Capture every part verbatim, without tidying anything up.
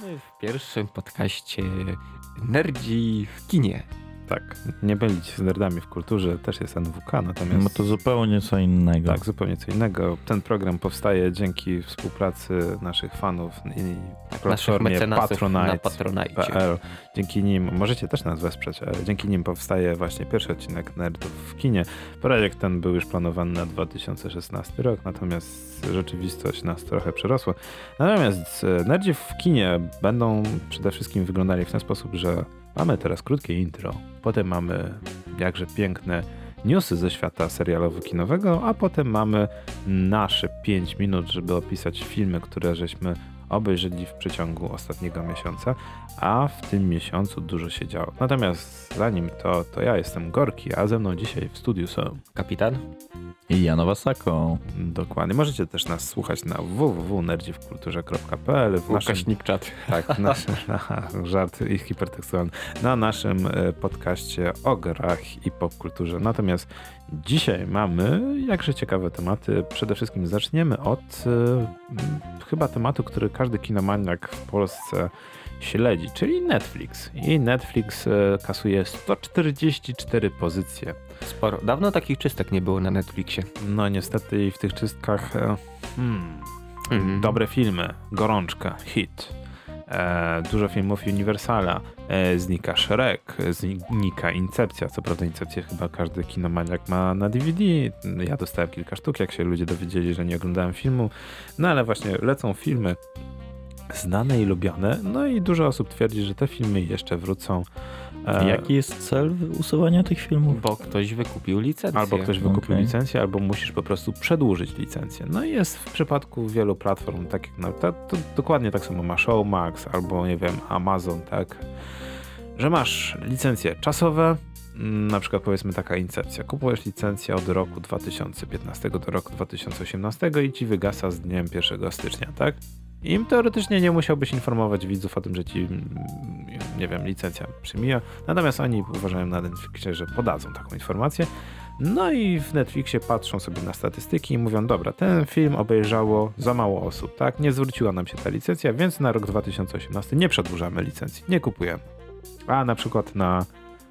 Witamy w pierwszym podcaście Nerdzi w kinie. Tak, nie mylić z nerdami w kulturze, też jest N W K, natomiast... No to zupełnie co innego. Tak, zupełnie co innego. Ten program powstaje dzięki współpracy naszych fanów i Tak, platformie Patronite na Patronite. kropka p l. Dzięki nim, możecie też nas wesprzeć, ale dzięki nim powstaje właśnie pierwszy odcinek Nerdów w kinie. Projekt ten był już planowany na dwa tysiące szesnasty rok, natomiast rzeczywistość nas trochę przerosła. Natomiast Nerdzi w kinie będą przede wszystkim wyglądali w ten sposób, że mamy teraz krótkie intro, potem mamy jakże piękne newsy ze świata serialowo-kinowego, a potem mamy nasze pięć minut, żeby opisać filmy, które żeśmy obejrzeli w przeciągu ostatniego miesiąca, a w tym miesiącu dużo się działo. Natomiast zanim to, to ja jestem Gorki, a ze mną dzisiaj w studiu są Kapitan? I Janowa Sako. Dokładnie. Możecie też nas słuchać na w w w kropka nerdzie w kulturze kropka p l. Ukaśnik czat. Tak, w naszym, żart i hipertekstualny. Na naszym podcaście o grach i popkulturze. Natomiast dzisiaj mamy jakże ciekawe tematy. Przede wszystkim zaczniemy od y, chyba tematu, który każdy kinomaniak w Polsce śledzi, czyli Netflix. I Netflix y, kasuje sto czterdzieści cztery pozycje. Sporo. Dawno takich czystek nie było na Netflixie. No niestety i w tych czystkach e, hmm, Mhm. dobre filmy, Gorączka, hit, e, dużo filmów Universala, e, znika Shrek, znika Incepcja, co prawda Incepcję chyba każdy kinomaniak ma na D V D, ja dostałem kilka sztuk, jak się ludzie dowiedzieli, że nie oglądałem filmu, no ale właśnie lecą filmy znane i lubiane, no i dużo osób twierdzi, że te filmy jeszcze wrócą. E, Jaki jest cel usuwania tych filmów? Bo ktoś wykupił licencję. Albo ktoś wykupił Okay. licencję, albo musisz po prostu przedłużyć licencję. No i jest w przypadku wielu platform, tak jak no, to, to dokładnie tak samo ma Showmax, albo nie wiem, Amazon, tak, że masz licencje czasowe, na przykład powiedzmy taka Incepcja. Kupujesz licencję od roku dwa tysiące piętnastego do roku dwa tysiące osiemnastego i ci wygasa z dniem pierwszego stycznia, tak? Im teoretycznie nie musiałbyś informować widzów o tym, że ci, nie wiem, licencja przymija. Natomiast oni uważają na Netflixie, że podadzą taką informację. No i w Netflixie patrzą sobie na statystyki i mówią, dobra, ten film obejrzało za mało osób, tak? Nie zwróciła nam się ta licencja, więc na rok dwa tysiące osiemnasty nie przedłużamy licencji, nie kupujemy. A na przykład na,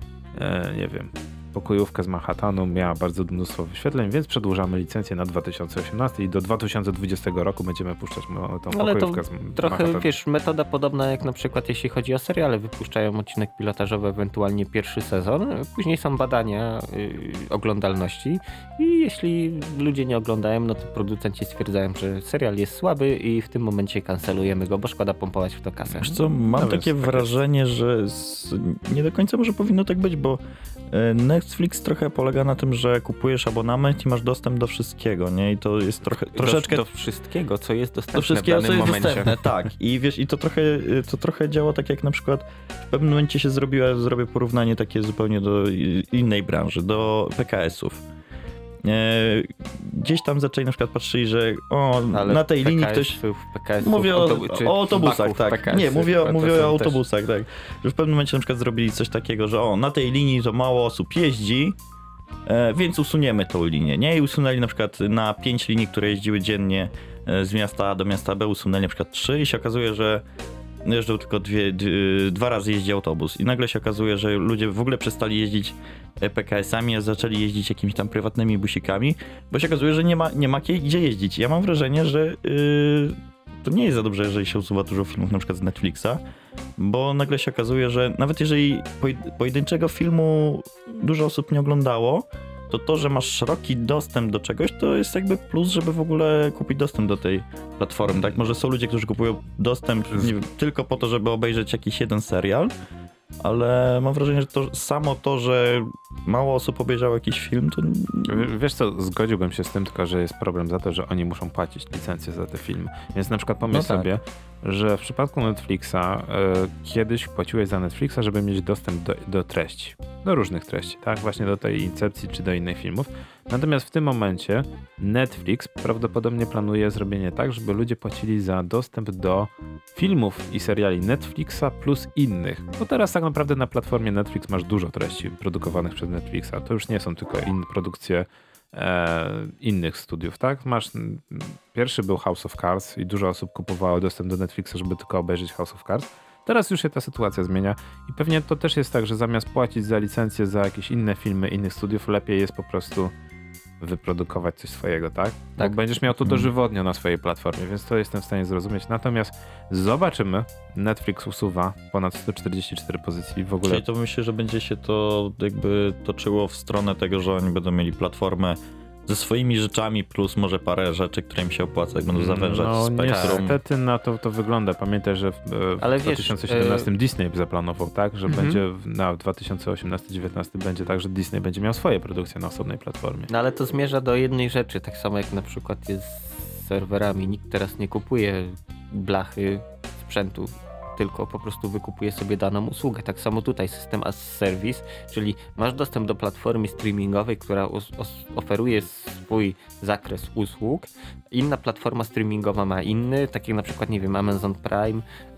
e, nie wiem, pokojówkę z Manhattanu miała bardzo mnóstwo wyświetleń, więc przedłużamy licencję na dwa tysiące osiemnasty i do dwa tysiące dwudziestego roku będziemy puszczać tą Ale pokojówkę to z Manhattanu. trochę, wiesz, metoda podobna jak na przykład jeśli chodzi o seriale, wypuszczają odcinek pilotażowy, ewentualnie pierwszy sezon, później są badania yy, oglądalności i jeśli ludzie nie oglądają, no to producenci stwierdzają, że serial jest słaby i w tym momencie kancelujemy go, bo szkoda pompować w to kasę. Wiesz co, mam No takie więc tak wrażenie, że z... nie do końca może powinno tak być, bo Netflix trochę polega na tym, że kupujesz abonament i masz dostęp do wszystkiego, nie? I to jest trochę, troszeczkę... Do, do wszystkiego, co jest dostępne Do wszystkiego, w co danym jest momencie. dostępne, tak. I wiesz, i to trochę, to trochę działa tak jak na przykład w pewnym momencie się zrobiła, zrobię porównanie takie zupełnie do innej branży, do P K S-ów. Gdzieś tam zaczęli na przykład patrzyli, że o, Ale na tej P K S-ów, linii ktoś... P K S-ów, Mówię o, autobu- czy o autobusach, baków tak. P K S-y, Nie, mówię, to mówię są o też- autobusach, tak. Że w pewnym momencie na przykład zrobili coś takiego, że o, na tej linii to mało osób jeździ, e, więc usuniemy tą linię, nie? I usunęli na przykład na pięć linii, które jeździły dziennie e, z miasta A do miasta B, usunęli na przykład trzy i się okazuje, że jeżdżą tylko dwie, d- dwa razy jeździ autobus. I nagle się okazuje, że ludzie w ogóle przestali jeździć P K S-ami, a zaczęli jeździć jakimiś tam prywatnymi busikami, bo się okazuje, że nie ma, nie ma gdzie jeździć. Ja mam wrażenie, że yy, to nie jest za dobrze, jeżeli się usuwa dużo filmów na przykład z Netflixa, bo nagle się okazuje, że nawet jeżeli pojedynczego filmu dużo osób nie oglądało, to to, że masz szeroki dostęp do czegoś, to jest jakby plus, żeby w ogóle kupić dostęp do tej platformy, tak? Może są ludzie, którzy kupują dostęp nie wiem, tylko po to, żeby obejrzeć jakiś jeden serial, ale mam wrażenie, że to samo to, że mało osób obejrzało jakiś film, to... W- Wiesz co, zgodziłbym się z tym, tylko że jest problem za to, że oni muszą płacić licencję za te filmy. Więc na przykład pomyśl No tak. sobie, że w przypadku Netflixa y, kiedyś płaciłeś za Netflixa, żeby mieć dostęp do, do treści. Do różnych treści, tak? Właśnie do tej Incepcji czy do innych filmów. Natomiast w tym momencie Netflix prawdopodobnie planuje zrobienie tak, żeby ludzie płacili za dostęp do filmów i seriali Netflixa plus innych. Bo teraz tak naprawdę na platformie Netflix masz dużo treści produkowanych przez Netflixa. To już nie są tylko inne produkcje e, innych studiów, tak? Masz, m, pierwszy był House of Cards i dużo osób kupowało dostęp do Netflixa, żeby tylko obejrzeć House of Cards. Teraz już się ta sytuacja zmienia i pewnie to też jest tak, że zamiast płacić za licencję za jakieś inne filmy innych studiów, lepiej jest po prostu wyprodukować coś swojego, tak? Tak. Bo będziesz miał to dożywotnio na swojej platformie, więc to jestem w stanie zrozumieć. Natomiast zobaczymy, Netflix usuwa ponad sto czterdzieści cztery pozycji w ogóle. Czyli to myślę, że będzie się to jakby toczyło w stronę tego, że oni będą mieli platformę ze swoimi rzeczami plus może parę rzeczy, które im się opłaca, jak będą zawężać no, spektrum. niestety na to to wygląda. Pamiętaj, że w, w Ale wiesz, dwa tysiące siedemnastym e... Disney zaplanował, tak, że Mhm. będzie w, na dwa tysiące osiemnasty dziewiętnasty będzie tak, że Disney będzie miał swoje produkcje na osobnej platformie. No ale to zmierza do jednej rzeczy, tak samo jak na przykład jest z serwerami. Nikt teraz nie kupuje blachy sprzętu, tylko po prostu wykupuje sobie daną usługę. Tak samo tutaj system as service, czyli masz dostęp do platformy streamingowej, która os- os- oferuje swój zakres usług. Inna platforma streamingowa ma inny, tak jak na przykład, nie wiem, Amazon Prime,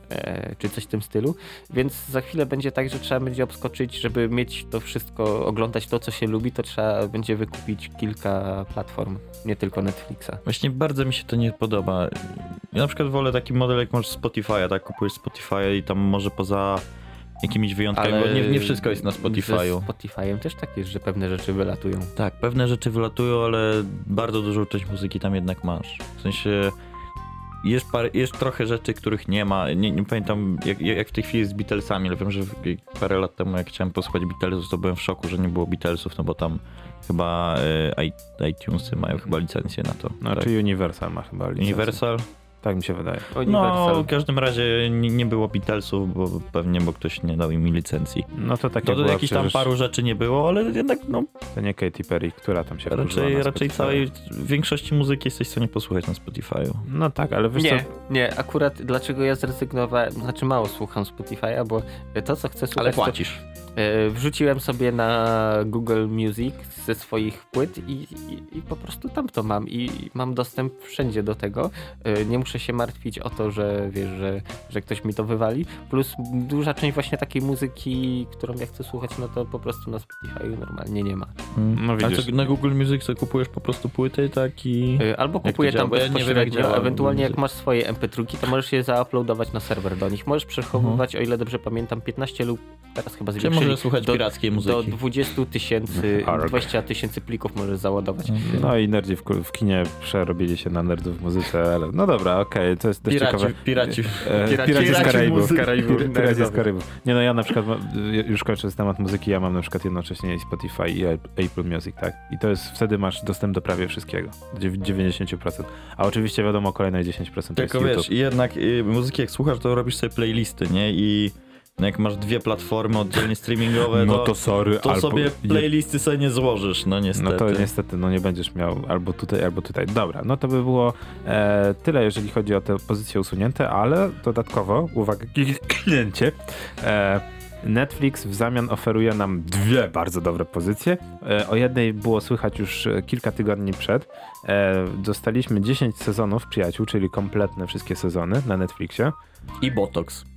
e, czy coś w tym stylu, więc za chwilę będzie tak, że trzeba będzie obskoczyć, żeby mieć to wszystko, oglądać to, co się lubi, to trzeba będzie wykupić kilka platform, nie tylko Netflixa. Właśnie bardzo mi się to nie podoba. Ja na przykład wolę taki model, jak masz Spotify'a, tak? Kupujesz Spotify'a i tam może poza jakimiś wyjątkami, bo nie, nie wszystko jest na Spotify'u. Ze Spotify'em też tak jest, że pewne rzeczy wylatują. Tak, pewne rzeczy wylatują, ale bardzo dużą część muzyki tam jednak masz. W sensie jest, parę, jest trochę rzeczy, których nie ma. Nie, nie pamiętam jak, jak w tej chwili jest z Beatlesami, ale wiem, że parę lat temu jak chciałem posłuchać Beatlesów, to byłem w szoku, że nie było Beatlesów, no bo tam chyba e, iTunesy mają chyba licencję na to. No, tak. czy Universal ma chyba licencję. Universal? Tak mi się wydaje. No, w każdym razie nie, nie było Beatlesów, bo pewnie, bo ktoś nie dał im licencji. No to takie To, to była jakichś tam przecież- paru rzeczy nie było, ale jednak no To nie Katy Perry, która tam się wkurzyła raczej, na raczej Spotify. całej większości muzyki jesteś w stanie posłuchać na Spotify'u. No tak, ale wiesz Nie, co? nie, akurat dlaczego ja zrezygnowałem, znaczy mało słucham Spotify'a, bo to, co chcę słuchać, Ale to, płacisz. e, wrzuciłem sobie na Google Music ze swoich płyt i, i, i po prostu tam to mam i mam dostęp wszędzie do tego. E, nie muszę się martwić o to, że wiesz, że, że ktoś mi to wywali. Plus duża część właśnie takiej muzyki, którą ja chcę słuchać, no to po prostu na Spotify'u normalnie nie ma. No A widzisz. co, na Google Music sobie kupujesz po prostu płyty, tak i... E, albo to kupuję działa? tam Bo ja nie wiem, jak bezpośrednio, działa ewentualnie jak Google masz swoje em pe trzy, to możesz je zauploadować na serwer do nich. Możesz przechowywać, o ile dobrze pamiętam, piętnaście lub teraz chyba Czy zwiększyli możesz słuchać do, pirackiej do muzyki? dwadzieścia tysięcy, Arg. dwadzieścia tysięcy plików możesz załadować. No i nerdzi w, w kinie przerobili się na nerdów w muzyce, ale no dobra, okej, to jest dość Piraci, ciekawe. piraci. E, Piraci- Piraci z piraci Karaibów. muzyki. Karaibów. Pir- Piraci z Karaibów. Nie no, ja na przykład, ma- już kończąc temat muzyki, ja mam na przykład jednocześnie i Spotify i Apple Music, tak? I to jest, wtedy masz dostęp do prawie wszystkiego. dziew- dziewięćdziesiąt procent. A oczywiście wiadomo, kolejne dziesięć procent to jest Tylko YouTube. wiesz, i jednak y, muzyki jak słuchasz, to robisz sobie playlisty, nie? I no jak masz dwie platformy oddzielnie streamingowe, No to, to sorry, to albo... sobie playlisty sobie nie złożysz, no niestety. No to niestety, no nie będziesz miał albo tutaj, albo tutaj. Dobra, no to by było e, tyle, jeżeli chodzi o te pozycje usunięte, ale dodatkowo, uwaga, kliknięcie, e, Netflix w zamian oferuje nam dwie bardzo dobre pozycje. E, o jednej było słychać już e, kilka tygodni przed. E, dostaliśmy dziesięć sezonów Przyjaciół, czyli kompletne wszystkie sezony na Netflixie. I Botox.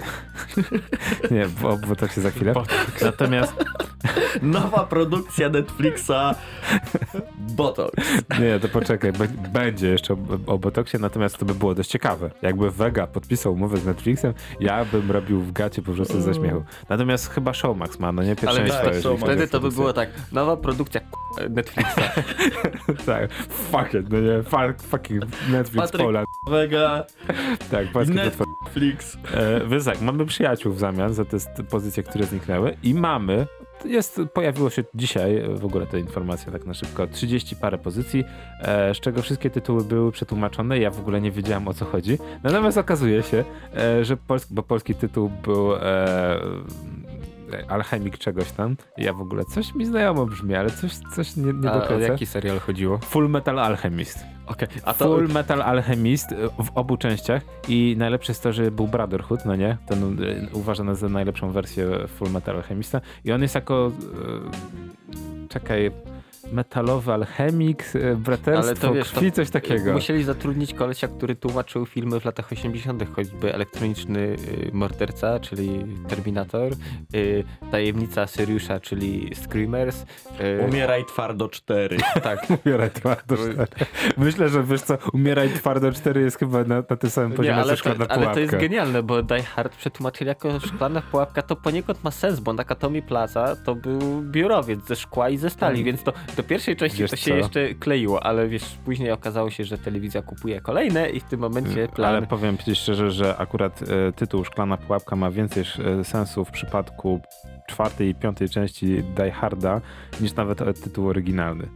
Nie, bo, bo to się za chwilę. Natomiast Nowa produkcja Netflixa Botox. nie, to poczekaj, b- będzie jeszcze o, o Botoxie, natomiast to by było dość ciekawe. Jakby Vega podpisał umowę z Netflixem, ja bym robił w gacie po prostu ze śmiechu. Natomiast chyba Showmax ma, no nie? Ale Pierwszeństwo, tak, jeżeli Showmax. chodzi o Wtedy to by produkcję. było tak, nowa produkcja k- Netflixa. Tak, fuck it, no nie? Fuck, fucking Netflix Patryk Poland. Vega, Tak, polskie Net- platformy. Netflix. E, więc tak, mamy przyjaciół w zamian za te st- pozycje, które zniknęły i mamy, jest, pojawiło się dzisiaj w ogóle ta informacja tak na szybko, trzydzieści parę pozycji, e, z czego wszystkie tytuły były przetłumaczone, ja w ogóle nie wiedziałem o co chodzi, natomiast okazuje się, e, że polski, bo polski tytuł był e, Alchemik czegoś tam, ja w ogóle, coś mi znajomo brzmi, ale coś, coś nie, nie A do o końca. jaki serial chodziło? Full Metal Alchemist. Okej, a to... Full Metal Alchemist y, w obu częściach i najlepsze jest to, że był Brotherhood, no nie? Ten y, uważany za najlepszą wersję Full Metal Alchemista i on jest jako y, czekaj metalowy alchemik, e, braterstwo Ale to wiesz, krwi, to coś takiego. Musieli zatrudnić kolesia, który tłumaczył filmy w latach osiemdziesiątych, choćby Elektroniczny y, Morderca, czyli Terminator, y, Tajemnica Syriusza, czyli Screamers. Y, Umieraj twardo cztery. tak. Umieraj twardo cztery. Myślę, że wiesz co, Umieraj twardo cztery jest chyba na, na tym samym poziomie, Nie, ale, co Szklana to, ale pułapka. to jest genialne, bo Die Hard przetłumaczyli jako Szklana Pułapka, to poniekąd ma sens, bo Nakatomi Plaza to był biurowiec ze szkła i ze stali, Mm. więc to do pierwszej części Wiesz to się co? jeszcze kleiło, ale wiesz, później okazało się, że telewizja kupuje kolejne i w tym momencie plan... Ale powiem ci szczerze, że akurat e, tytuł Szklana Pułapka ma więcej e, sensu w przypadku czwartej i piątej części Die Harda niż nawet e, tytuł oryginalny.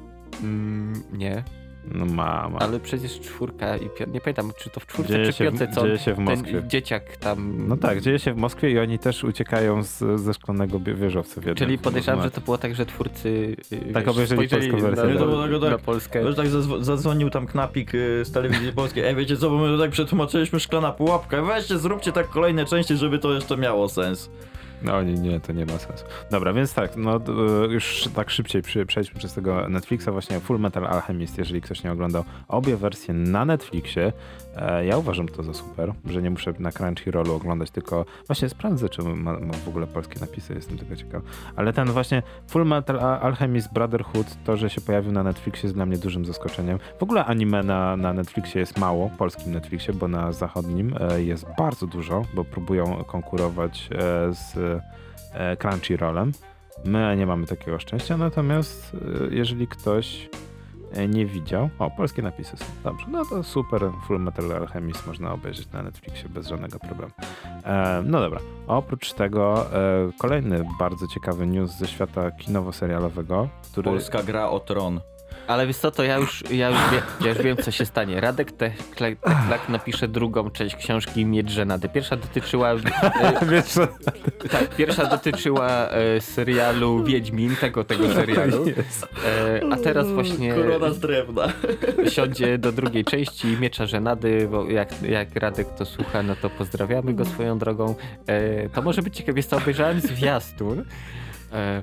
Mm, nie, No ma, ma. ale przecież czwórka i piątka, nie pamiętam, czy to w czwórce Dzieje czy się w- w piątce, co dzieje się w Moskwie. ten dzieciak tam... No tak, dzieje się w Moskwie i oni też uciekają z, ze szklanego bie- wieżowca w jednym. Czyli podejrzewam, No, że to było tak, że twórcy yy, Tak wiesz, obejrzeli spojrzeli polską wersję. na, Nie, to było na, tak, tak. na Polskę. Już tak zazwo- zadzwonił tam knapik y, z telewizji polskiej. Ej, wiecie co, bo my tak przetłumaczyliśmy Szklana Pułapka. Weźcie, zróbcie tak kolejne części, żeby to jeszcze miało sens. No nie, nie, to nie ma sensu. Dobra, więc tak, no d- już tak szybciej przy, przejdźmy przez tego Netflixa, właśnie Full Metal Alchemist, jeżeli ktoś nie oglądał. Obie wersje na Netflixie. E, ja uważam to za super, że nie muszę na Crunchyrollu oglądać, tylko właśnie sprawdzę, czy ma, ma w ogóle polskie napisy, jestem tego ciekaw. Ale ten właśnie Full Metal Al- Alchemist Brotherhood, to, że się pojawił na Netflixie jest dla mnie dużym zaskoczeniem. W ogóle anime na, na Netflixie jest mało, polskim Netflixie, bo na zachodnim e, jest bardzo dużo, bo próbują konkurować e, z e, Crunchyrollem. My nie mamy takiego szczęścia, natomiast e, jeżeli ktoś e, nie widział, o, polskie napisy są, dobrze, no to super, Full Metal Alchemist można obejrzeć na Netflixie bez żadnego problemu. E, no dobra, oprócz tego e, kolejny bardzo ciekawy news ze świata kinowo-serialowego, który... Polska gra o tron. Ale wiesz co, to ja już, ja już, wie, ja już wiem, co się stanie. Radek Teklak napisze drugą część książki Miecz Żenady. Pierwsza dotyczyła... E, Wiesz, że... tak, pierwsza dotyczyła e, serialu Wiedźmin, tego, tego serialu. E, a teraz właśnie Korona z drewna. siądzie do drugiej części Miecza Żenady, bo jak, jak Radek to słucha, no to pozdrawiamy go swoją drogą. E, to może być ciekawe, jest to obejrzałem zwiastun. E,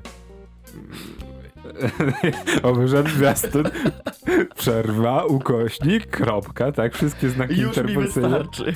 Obejrzałem zwiastun, przerwa, ukośnik, kropka, tak? Wszystkie znaki Już mi interpunkcyjne. wystarczy.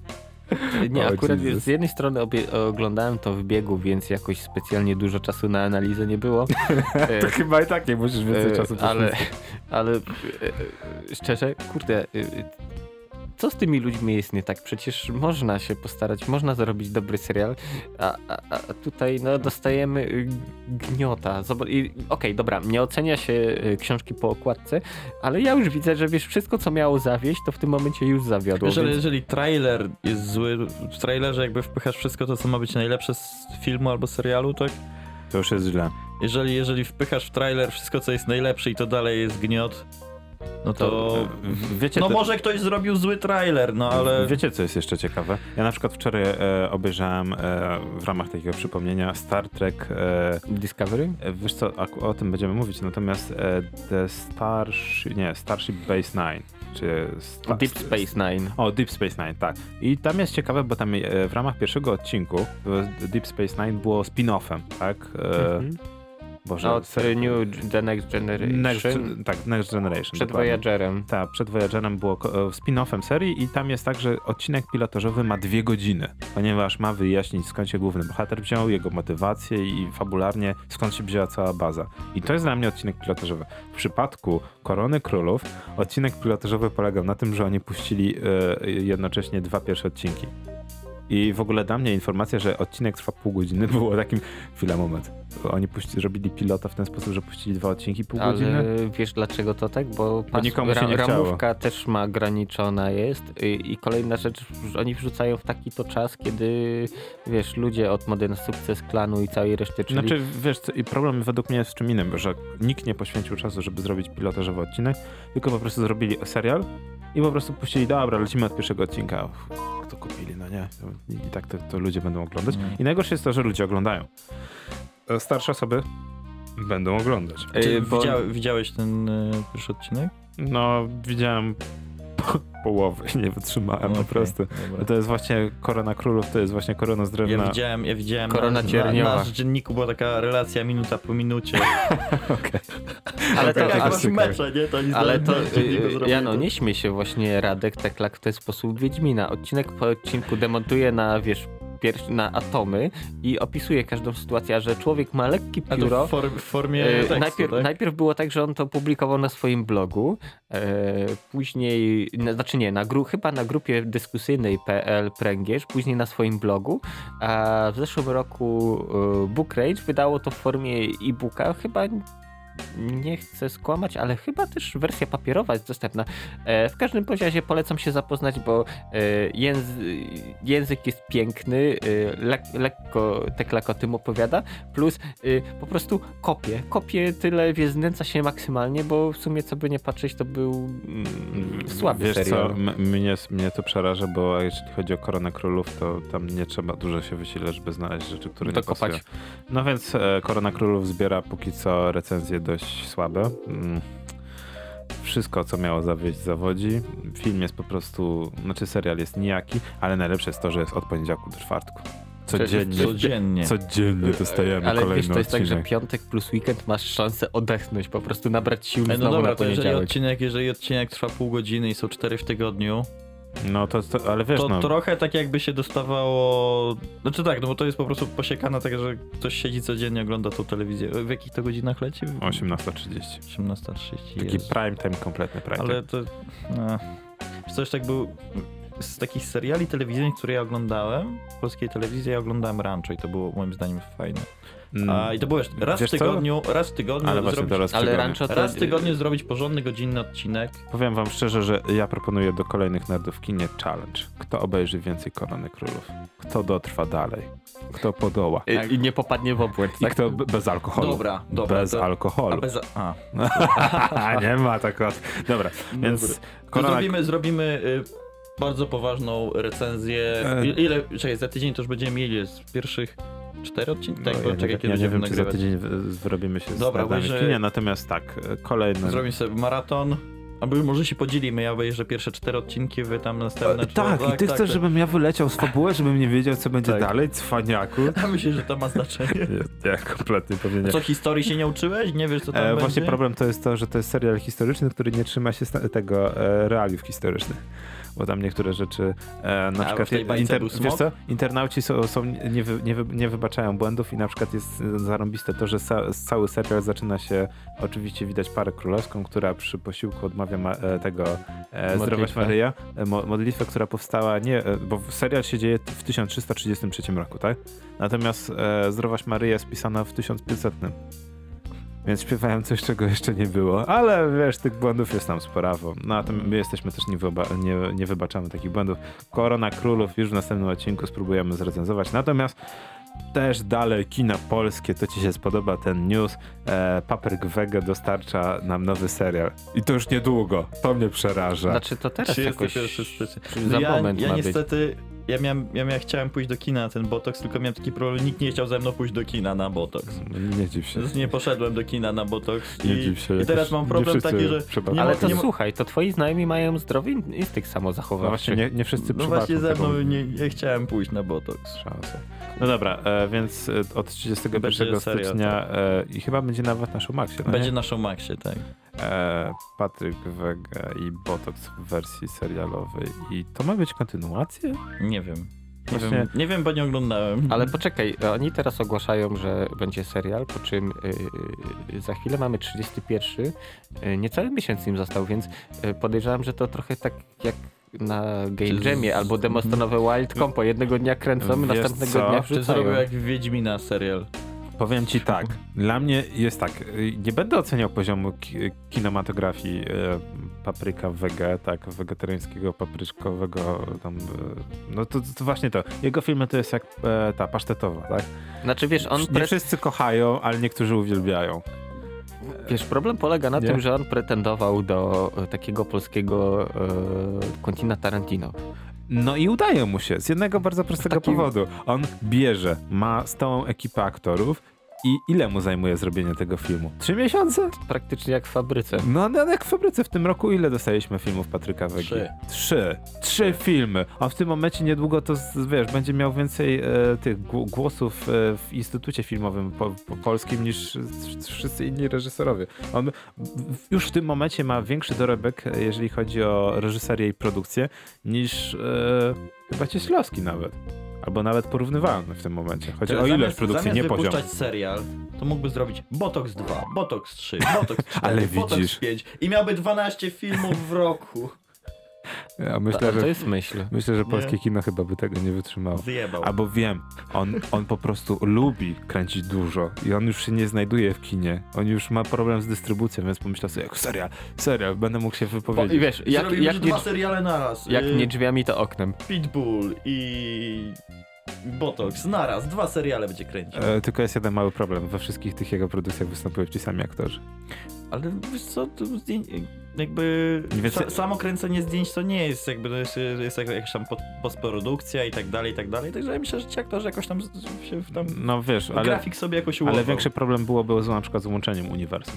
Nie, O, akurat Jesus. z jednej strony obie, oglądałem to w biegu, więc jakoś specjalnie dużo czasu na analizę nie było. E, To chyba i tak nie musisz więcej e, czasu ale, poświęcić. ale e, e, szczerze, kurde, e, co z tymi ludźmi jest nie tak? Przecież można się postarać, można zrobić dobry serial, a, a, a tutaj no, dostajemy y, gniota. Zobacz, i okej, dobra, nie ocenia się y, książki po okładce, ale ja już widzę, że wiesz, wszystko co miało zawieść, to w tym momencie już zawiodło. Wiesz, ale więc... jeżeli trailer jest zły, w trailerze jakby wpychasz wszystko to, co ma być najlepsze z filmu albo serialu, tak? To już jest źle. Jeżeli, jeżeli wpychasz w trailer wszystko, co jest najlepsze i to dalej jest gniot, no to... To, wiecie, No to, może ktoś zrobił zły trailer, no ale... wiecie, co jest jeszcze ciekawe? Ja na przykład wczoraj e, obejrzałem e, w ramach takiego przypomnienia Star Trek. E, Discovery? e, wiesz co, ak- o tym będziemy mówić, natomiast e, The Starship, nie, Starship Base Nine, czy... Sta- Deep Space Nine. O, Deep Space Nine, tak. I tam jest ciekawe, bo tam e, w ramach pierwszego odcinku e, Deep Space Nine było spin-offem, tak? E, Mhm. Boże, Od ser- y, New The Next Generation. Next, tak, Next Generation. Przed dokładnie. Voyagerem. Tak, przed Voyagerem było ko- e, spin-offem serii i tam jest tak, że odcinek pilotażowy ma dwie godziny, ponieważ ma wyjaśnić, skąd się główny bohater wziął, jego motywację i fabularnie skąd się wzięła cała baza. I to jest dla mnie odcinek pilotażowy. W przypadku Korony Królów odcinek pilotażowy polegał na tym, że oni puścili e, jednocześnie dwa pierwsze odcinki. I w ogóle dla mnie informacja, że odcinek trwa pół godziny, było takim... Chwila, moment. Oni puści, zrobili pilota w ten sposób, że puścili dwa odcinki pół Ale godziny. wiesz dlaczego to tak? Bo, Bo nikomu się nie chciało. ramówka też ma ograniczona jest i, i kolejna rzecz, że oni wrzucają w taki to czas, kiedy wiesz, ludzie od Mody na Sukces, Klanu i całej reszty, czyli Znaczy, wiesz, co, i problem według mnie jest w czym innym, że nikt nie poświęcił czasu, żeby zrobić pilotażowy odcinek, tylko po prostu zrobili serial i po prostu puścili, dobra, lecimy od pierwszego odcinka. Uff, kto kupili, no nie. I tak to, to ludzie będą oglądać. Mm. I najgorsze jest to, że ludzie oglądają. E, Starsze osoby będą oglądać. Yy, Czy bo- widział, widziałeś ten y, pierwszy odcinek? No, widziałem połowy nie wytrzymałem Okej, po prostu. dobra. To jest właśnie Korona Królów, to jest właśnie Korona z drewna. Ja widziałem, ja widziałem Korona na, na, cierniowa. na dzienniku była taka relacja minuta po minucie. Okej. Ale tak to, jak ale, masz mecze, nie? To oni ale to, na dzienniku y, zrobili Jano, to. nie śmiej się właśnie Radek Teklak w ten sposób Wiedźmina. Odcinek po odcinku demontuje na, wiesz, pier- na atomy i opisuje każdą sytuację, że człowiek ma lekkie A to pióro. w, for, w formie E, tekstu, najpierw, tak? najpierw było tak, że on to publikował na swoim blogu, e, później, na, znaczy nie, na gru, chyba na grupie dyskusyjnej P L Pręgierz, później na swoim blogu, a w zeszłym roku e, Book Rage wydało to w formie e-booka, chyba nie chcę skłamać, ale chyba też wersja papierowa jest dostępna. E, w każdym razie polecam się zapoznać, bo e, języ, język jest piękny, e, lek, lekko Teklak o tym opowiada, plus e, po prostu kopie. Kopie tyle, wie, znęca się maksymalnie, bo w sumie co by nie patrzeć, to był mm, słaby Wiesz serial. co, m- mnie, mnie to przeraża, bo jeżeli chodzi o Koronę Królów, to tam nie trzeba dużo się wysilać, żeby znaleźć rzeczy, które nie Dokopać. pasują. No więc e, Korona Królów zbiera póki co recenzje dość słabe. Mm. Wszystko, co miało zawieść, zawodzi. Film jest po prostu, znaczy serial jest nijaki, ale najlepsze jest to, że jest od poniedziałku do czwartku. Codziennie, Codziennie. codziennie dostajemy Ale kolejny wiesz, to jest tak, że odcinek. piątek plus weekend masz szansę odetchnąć, po prostu nabrać sił Ej, no znowu dobra, na to jeżeli poniedziałek. odcinek, jeżeli odcinek trwa pół godziny i są cztery w tygodniu, No to, to ale wiesz, to no, trochę tak jakby się dostawało... Znaczy tak, no bo to jest po prostu posiekane tak, że ktoś siedzi codziennie, ogląda tą telewizję. W jakich to godzinach leci? osiemnasta trzydzieści. osiemnasta trzydzieści. Taki Jezu. prime time, kompletny prime time. Ale to... No. Wiesz co, już tak był... Z takich seriali telewizyjnych, które ja oglądałem, polskiej telewizji, ja oglądałem Rancho i to było moim zdaniem fajne. Mm, A, I to było jeszcze raz wiesz w co? tygodniu, raz w tygodniu Ale właśnie zrobić... teraz Ale tygodniu. Rancho to... Raz w tygodniu zrobić porządny, godzinny odcinek. Powiem wam szczerze, że ja proponuję do kolejnych nerdów w kinie challenge. Kto obejrzy więcej Korony Królów? Kto dotrwa dalej? Kto podoła? I, I nie popadnie w obłęd, I tak? kto b- bez alkoholu? Dobra, dobra. Bez to- alkoholu. A, bez... A. Nie ma tak łatwo. Dobra, więc Dobra. To Korona... zrobimy, zrobimy y, bardzo poważną recenzję. E. I- Ile? Czekaj, za tydzień to już będziemy mieli z pierwszych cztery odcinki? Tak, No, bo ja czekaj, nie, kiedy ja nie będziemy wiem, czy za nagrywać. tydzień wy- wyrobimy się z Dobra, nerdami w obejrzę- kinie, natomiast tak, kolejny... Zrobimy sobie maraton. Albo może się podzielimy, ja obejrzę pierwsze cztery odcinki, wy tam następne E, tak, i ty chcesz, tak. żebym ja wyleciał z fabuły, żebym nie wiedział, co będzie Tak. dalej, cwaniaku? A myślę, że to ma znaczenie. Ja, ja kompletnie pewnie nie. Co, historii się nie uczyłeś? Nie wiesz, co tam E, będzie? właśnie problem to jest to, że to jest serial historyczny, który nie trzyma się sta- tego e, realiów historycznych. Bo tam niektóre rzeczy, e, na A, przykład w tej bajce był wiesz smok? co, internauci są, są nie, wy, nie, wy, nie wybaczają błędów i na przykład jest e, zarąbiste to, że sa, cały serial zaczyna się, oczywiście widać parę królewską, która przy posiłku odmawia ma, e, tego e, Zdrowaś Modlitwę. Maryja, e, mo, modlitwę, która powstała nie, e, bo serial się dzieje w tysiąc trzysta trzydziestym trzecim roku, tak? Natomiast e, Zdrowaś Maryja jest pisana w tysiąc pięćsetnym. Więc śpiewają coś, czego jeszcze nie było, ale wiesz, tych błędów jest tam sporawo. No a to my jesteśmy też nie, wyoba- nie, nie wybaczamy takich błędów. Korona Królów już w następnym odcinku spróbujemy zrecenzować. Natomiast też dalej kina polskie, to ci się spodoba ten news. E, Papryk Wege dostarcza nam nowy serial. I to już niedługo. To mnie przeraża. Znaczy to teraz jakoś... trzydziestego pierwszego stycznia. Za ja, moment ja ma być. niestety, ja, miałem, ja miałem, chciałem pójść do kina na ten Botox, tylko miałem taki problem, nikt nie chciał ze mną pójść do kina na Botox. Nie dziw się. Więc nie poszedłem do kina na Botox Nie i, dziw się. i jakoś teraz mam nie problem wszyscy taki, że przypadkiem. nie Ale ma- to nie ma- słuchaj, to twoi znajomi mają zdrowy instynkt No samozachowawczy. właśnie, nie, nie wszyscy no właśnie przybaczą ze mną taką nie, nie chciałem pójść na Botox. szansę. No dobra, e, więc e, od trzydziestego pierwszego Będzie serial, stycznia e, i chyba będzie nawet na Showmaxie, no Będzie nie? na Showmaxie, tak. E, Patryk Wega i Botox w wersji serialowej. I to ma być kontynuacja? Nie wiem. Nie, Właśnie- wiem, nie wiem, bo nie oglądałem. Ale poczekaj, oni teraz ogłaszają, że będzie serial, po czym yy, za chwilę mamy trzydziesty pierwszy, yy, niecały miesiąc im został, więc yy, podejrzewam, że to trochę tak jak na Game Czy z- Jamie albo demostonowe Wild Compo. Jednego dnia kręcą, Wiesz następnego co? dnia Czy wrzucają. zrobił jak Wiedźmina serial? Powiem ci tak, dla mnie jest tak, y, nie będę oceniał poziomu ki kinematografii e, Papryka Wege, tak, wegetariańskiego, papryczkowego, tam, e, no to, to właśnie to. Jego filmy to jest jak e, ta pasztetowa, tak? Znaczy wiesz, on Nie pre... wszyscy kochają, ale niektórzy uwielbiają. wiesz, problem polega na Nie? tym, że on pretendował do e, takiego polskiego e, Quentina Tarantino. No i udaje mu się, z jednego bardzo prostego takim- powodu. On bierze, ma stałą ekipę aktorów I ile mu zajmuje zrobienie tego filmu? Trzy miesiące? Praktycznie jak w fabryce. No, no jak w fabryce w tym roku ile dostaliśmy filmów Patryka Wegi? Trzy. Trzy. Trzy filmy. A w tym momencie niedługo to, z- wiesz, będzie miał więcej e, tych gł- głosów e, w Instytucie Filmowym po, po polskim niż wszyscy inni reżyserowie. On w- już w tym momencie ma większy dorobek, e, jeżeli chodzi o reżyserię i produkcję, niż e, chyba Cieślowski nawet. Albo nawet porównywalny w tym momencie. Chodzi o ilość produkcji, zamiast nie poziom. wypuszczać serial, to mógłby zrobić Botox dwa, Botox trzy, Botox cztery, Ale Botox widzisz. pięć i miałby dwanaście filmów w roku. Ja myślę, To, to że, jest myśl. myślę, że Nie. polskie kino chyba by tego nie wytrzymało. Zjebał. Albo wiem, on, on po prostu lubi kręcić dużo i on już się nie znajduje w kinie. On już ma problem z dystrybucją, więc pomyślał sobie, jak serial, serial, będę mógł się Bo, I wypowiedzieć. wiesz, jak, Zrobił jak, już nie, dwa seriale naraz. jak Y, nie drzwiami, to oknem. Pitbull i Botox naraz. Dwa seriale będzie kręcił. E, tylko jest jeden mały problem. We wszystkich tych jego produkcjach występują ci sami aktorzy. Ale wiesz co, to zdjęć, jakby Więc- sa, samo kręcenie zdjęć to nie jest jakby, to jest, jest jak- jakaś tam pod- postprodukcja i tak dalej, i tak dalej. Także ja myślę, że ci aktorzy jakoś tam z- się w tam... No wiesz, ale, grafik sobie jakoś ułożył. ale większy problem byłoby z, na przykład z łączeniem uniwersum.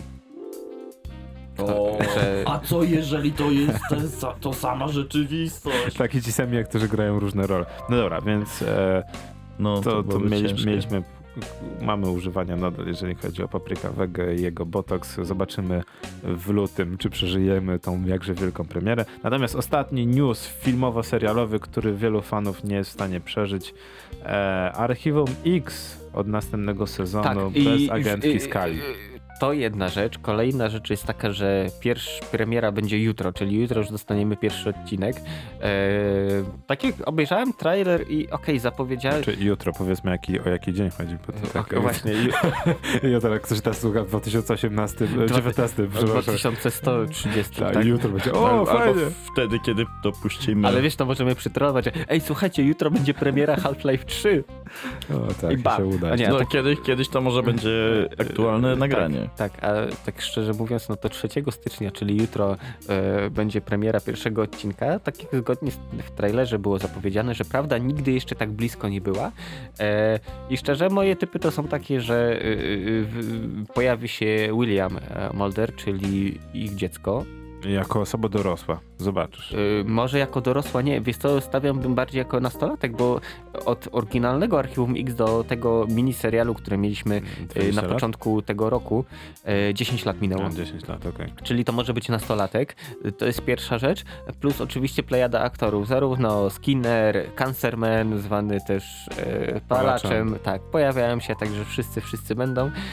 O, że- a co jeżeli to jest ten, sa- to sama rzeczywistość? Tak, i ci sami aktorzy grają różne role. No dobra, więc e, No to, to byłoby mieliśmy, ciężkie. mieliśmy, mamy używania nadal, jeżeli chodzi o Papryka Wegę i jego Botox. Zobaczymy w lutym, czy przeżyjemy tą jakże wielką premierę. Natomiast ostatni news filmowo-serialowy, który wielu fanów nie jest w stanie przeżyć. E, Archiwum X od następnego sezonu bez agentki i- Skali. i- To jedna rzecz. Kolejna rzecz jest taka, że pierwsza premiera będzie jutro, czyli jutro już dostaniemy pierwszy odcinek. Eee, tak jak obejrzałem trailer i okej, zapowiedziałem... Czy jutro, powiedzmy, jaki, o jaki dzień chodzi. Bo to tak, Ok, właśnie, ju- jutro, jak ktoś teraz słucha w dwa tysiące osiemnastym, dziewiętnastym, dwa przepraszam. tysiące sto trzydzieści, Tak, tak? jutro będzie, Albo, o, albo fajnie. wtedy, kiedy to puścimy. Ale wiesz, to możemy przytrolować. Ej, słuchajcie, jutro będzie premiera Half-Life trzy. O, tak, I i bam. się uda. A nie, no, tak- kiedyś, kiedyś to może będzie aktualne nagranie. Tak, a tak szczerze mówiąc, no to trzeciego stycznia, czyli jutro e, będzie premiera pierwszego odcinka. Tak jak zgodnie z, w trailerze było zapowiedziane, że prawda nigdy jeszcze tak blisko nie była. E, I szczerze, moje typy to są takie, że e, e, w- pojawi się William e, Mulder, czyli ich dziecko. Jako osoba dorosła, zobaczysz. Y, może jako dorosła nie, wiesz co, stawiałbym bardziej jako nastolatek, bo od oryginalnego Archiwum X do tego miniserialu, które mieliśmy y, dwadzieścia na lat? początku tego roku, y, dziesięć lat minęło. No, dziesięć lat, okej. Czyli to może być nastolatek, y, to jest pierwsza rzecz, plus oczywiście plejada aktorów, zarówno Skinner, Cancerman, zwany też y, Palaczem, tak, pojawiają się, także wszyscy, wszyscy będą. Y,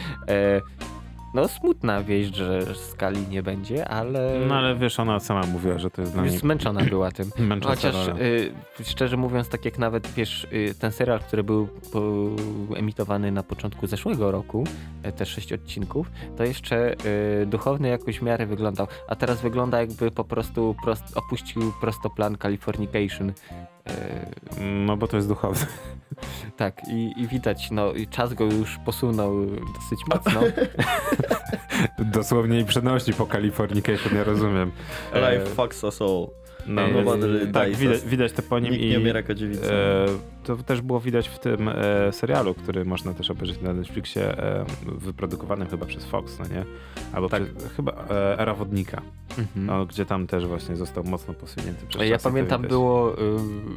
No smutna wieść, że Skali nie będzie, ale... No ale wiesz, ona sama mówiła, że to jest dla Już niej zmęczona była tym. męcząca Chociaż rola. y, szczerze mówiąc, tak jak nawet wiesz, y, ten serial, który był po, emitowany na początku zeszłego roku, y, te sześć odcinków, to jeszcze y, duchowny jakoś w miarę wyglądał, a teraz wygląda jakby po prostu prost, opuścił prostoplan Californication. Y, No bo to jest duchowne. tak, i, i widać, no i czas go już posunął dosyć mocno. Dosłownie i przenosi po Californication, ja rozumiem. Life fucks us all. No, E, więc, nobody tak, dies widać, us. widać to po nim Nikt i nie umiera jako dziewica. e, to też było widać w tym e, serialu, który można też obejrzeć na Netflixie, e, wyprodukowanym chyba przez Fox, no nie? Albo Tak. przez, chyba e, Era Wodnika, Mhm. no, gdzie tam też właśnie został mocno posunięty przez Ja czasy, to pamiętam, widać. było, y,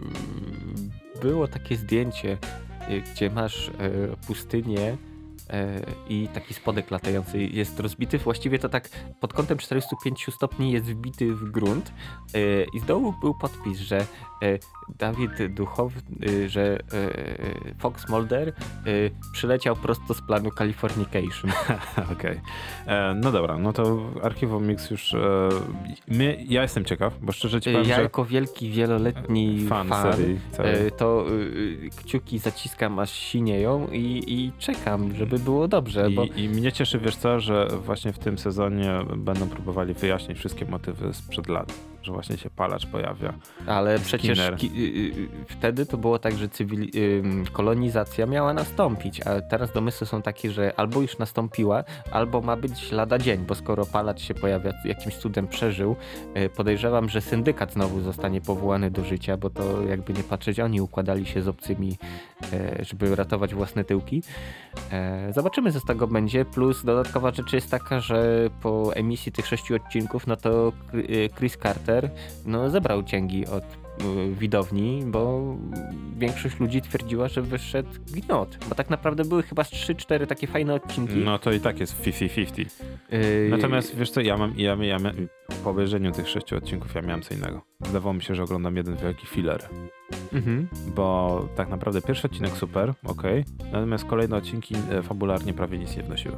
było takie zdjęcie, y, gdzie masz y, pustynię y, i taki spodek latający jest rozbity. Właściwie to tak pod kątem czterdziestu pięciu stopni jest wbity w grunt y, i z dołu był podpis, że y, Dawid Duchowny, y, że y, Fox Mulder y, przyleciał prosto z planu Californication. Okej. E, No dobra, no to Archiwum Mix już... E, my, ja jestem ciekaw, bo szczerze ci powiem, Ja że jako wielki, wieloletni fan, fan, serii całej. E, to y, kciuki zaciskam aż sinieją i, i czekam, żeby było dobrze, bo I, I mnie cieszy, wiesz co, że właśnie w tym sezonie będą próbowali wyjaśnić wszystkie motywy sprzed lat. że właśnie się palacz pojawia. Ale przecież Skinner. ki- y- y- wtedy to było tak, że cywili- y- kolonizacja miała nastąpić, a teraz domysły są takie, że albo już nastąpiła, albo ma być lada dzień, bo skoro palacz się pojawia, jakimś cudem przeżył, y, podejrzewam, że syndykat znowu zostanie powołany do życia, bo to jakby nie patrzeć, oni układali się z obcymi, y, żeby ratować własne tyłki. Y, zobaczymy, co z tego będzie, plus dodatkowa rzecz jest taka, że po emisji tych sześciu odcinków, no to y, Chris Carter no, zebrał cięgi od y, widowni, bo większość ludzi twierdziła, że wyszedł gniot. Bo tak naprawdę były chyba trzy cztery takie fajne odcinki. No to i tak jest pięćdziesiąt pięćdziesiąt. Y, Natomiast wiesz co, ja mam, ja, ja, ja, po obejrzeniu tych sześciu odcinków ja miałem co innego. Zdawało mi się, że oglądam jeden wielki filler. Mhm. Bo tak naprawdę pierwszy odcinek super, okej, natomiast kolejne odcinki e, fabularnie prawie nic nie wnosiły.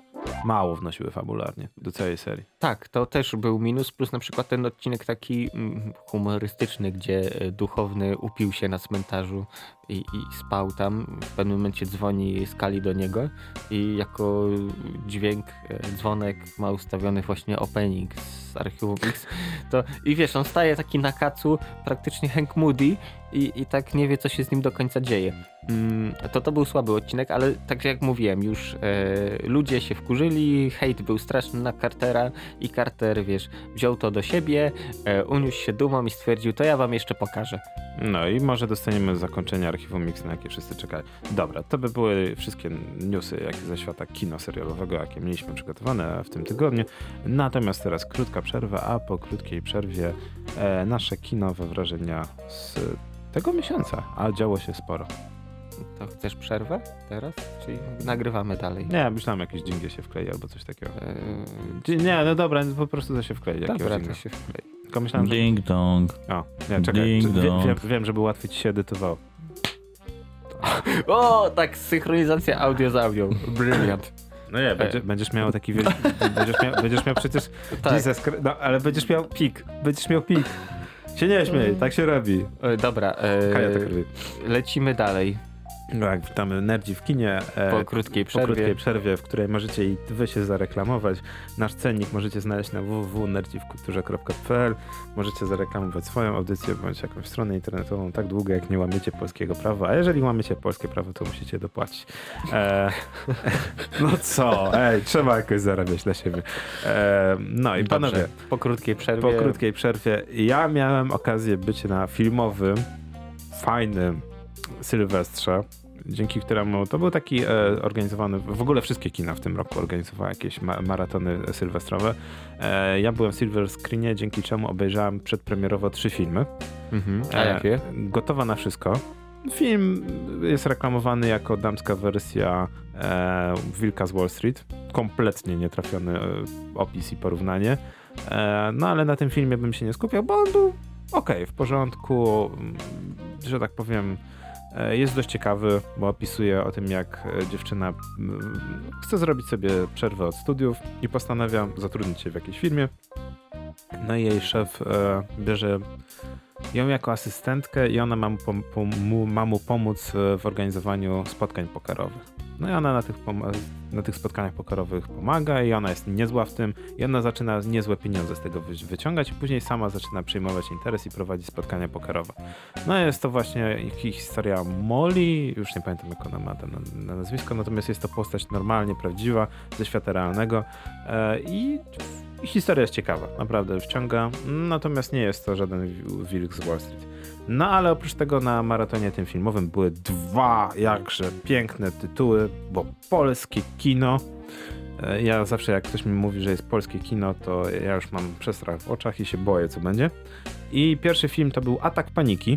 Mało wnosiły fabularnie do całej serii. Tak, to też był minus, plus na przykład ten odcinek taki mm, humorystyczny, gdzie e, duchowny upił się na cmentarzu i, i spał tam. W pewnym momencie dzwoni Skali do niego i jako dźwięk, e, dzwonek ma ustawiony właśnie opening z Archiwum X. To, I wiesz, on staje taki na kacu, praktycznie Hank Moody i, i tak nie wie, co się z nim do końca dzieje. Mm, to to był słaby odcinek, ale tak jak mówiłem, już e, ludzie się wkurzyli, hejt był straszny na Cartera i Carter, wiesz, wziął to do siebie, e, uniósł się dumą i stwierdził, to ja wam jeszcze pokażę. No i może dostaniemy zakończenie Archiwum Mix, na jakie wszyscy czekali. Dobra, to by były wszystkie newsy jak ze świata kino serialowego, jakie mieliśmy przygotowane w tym tygodniu. Natomiast teraz krótka przerwa, a po krótkiej przerwie e, nasze kinowe wrażenia z tego miesiąca, a działo się sporo. To chcesz przerwę teraz? Czyli nagrywamy dalej? Nie, myślałem, jakieś dżingiel się wklei albo coś takiego. E, Czy- Nie, no dobra, po prostu to się wklei. jakiegoś dobra, to dżingla. się wklei. Tylko myślałem, że... Ding dong. O, nie, czekaj, Ding czy, wie, dong. wiem, wiem, żeby łatwiej ci się edytowało. O, tak, synchronizacja audio z audio. Brilliant. No nie, będzie, będziesz miał taki wielki... będziesz, miał, będziesz miał przecież... Tak. Jesus Christ, no, ale będziesz miał pik. Będziesz miał pik. Się nie śmiej, tak się robi. E, dobra, e, Kaja tak robi. lecimy dalej No jak witamy Nerdzi w kinie. E, po krótkiej po przerwie. krótkiej przerwie, w której możecie i wy się zareklamować. Nasz cennik możecie znaleźć na w w w kropka nerdzi w kulturze kropka p l. Możecie zareklamować swoją audycję bądź jakąś stronę internetową tak długo, jak nie łamiecie polskiego prawa. A jeżeli łamiecie polskie prawo, to musicie dopłacić. E, no co? Ej, trzeba jakoś zarabiać dla siebie. E, no i Dobrze, panowie, po krótkiej przerwie. po krótkiej przerwie ja miałem okazję być na filmowym, fajnym Sylwestrze, dzięki któremu to był taki e, organizowany, w ogóle wszystkie kina w tym roku organizowały jakieś ma- maratony sylwestrowe. E, ja byłem w Silver Screenie, dzięki czemu obejrzałem przedpremierowo trzy filmy. Mhm. A E, jakie? Gotowa na wszystko. Film jest reklamowany jako damska wersja e, Wilka z Wall Street. Kompletnie nietrafiony e, opis i porównanie. E, no ale na tym filmie bym się nie skupiał, bo on był okej, w porządku, mm, że tak powiem. E, Jest dość ciekawy, bo opisuje o tym, jak e, dziewczyna mm, chce zrobić sobie przerwę od studiów i postanawia zatrudnić się w jakiejś firmie. No i jej szef e, bierze ją jako asystentkę i ona ma mu, pom- pom- mu, ma mu pomóc e, w organizowaniu spotkań pokerowych. No i ona na tych, pom- na tych spotkaniach pokerowych pomaga i ona jest niezła w tym i ona zaczyna niezłe pieniądze z tego wy- wyciągać i później sama zaczyna przyjmować interes i prowadzić spotkania pokerowe. No jest to właśnie hi- historia Molly, już nie pamiętam jak ona ma tam na, na nazwisko, natomiast jest to postać normalnie prawdziwa ze świata realnego e, i I historia jest ciekawa, naprawdę wciąga, natomiast nie jest to żaden wi- wilk z Wall Street. No ale oprócz tego na maratonie tym filmowym były dwa jakże piękne tytuły, bo polskie kino. E, Ja zawsze jak ktoś mi mówi, że jest polskie kino, to ja już mam przestrach w oczach i się boję, co będzie. I pierwszy film to był Atak Paniki,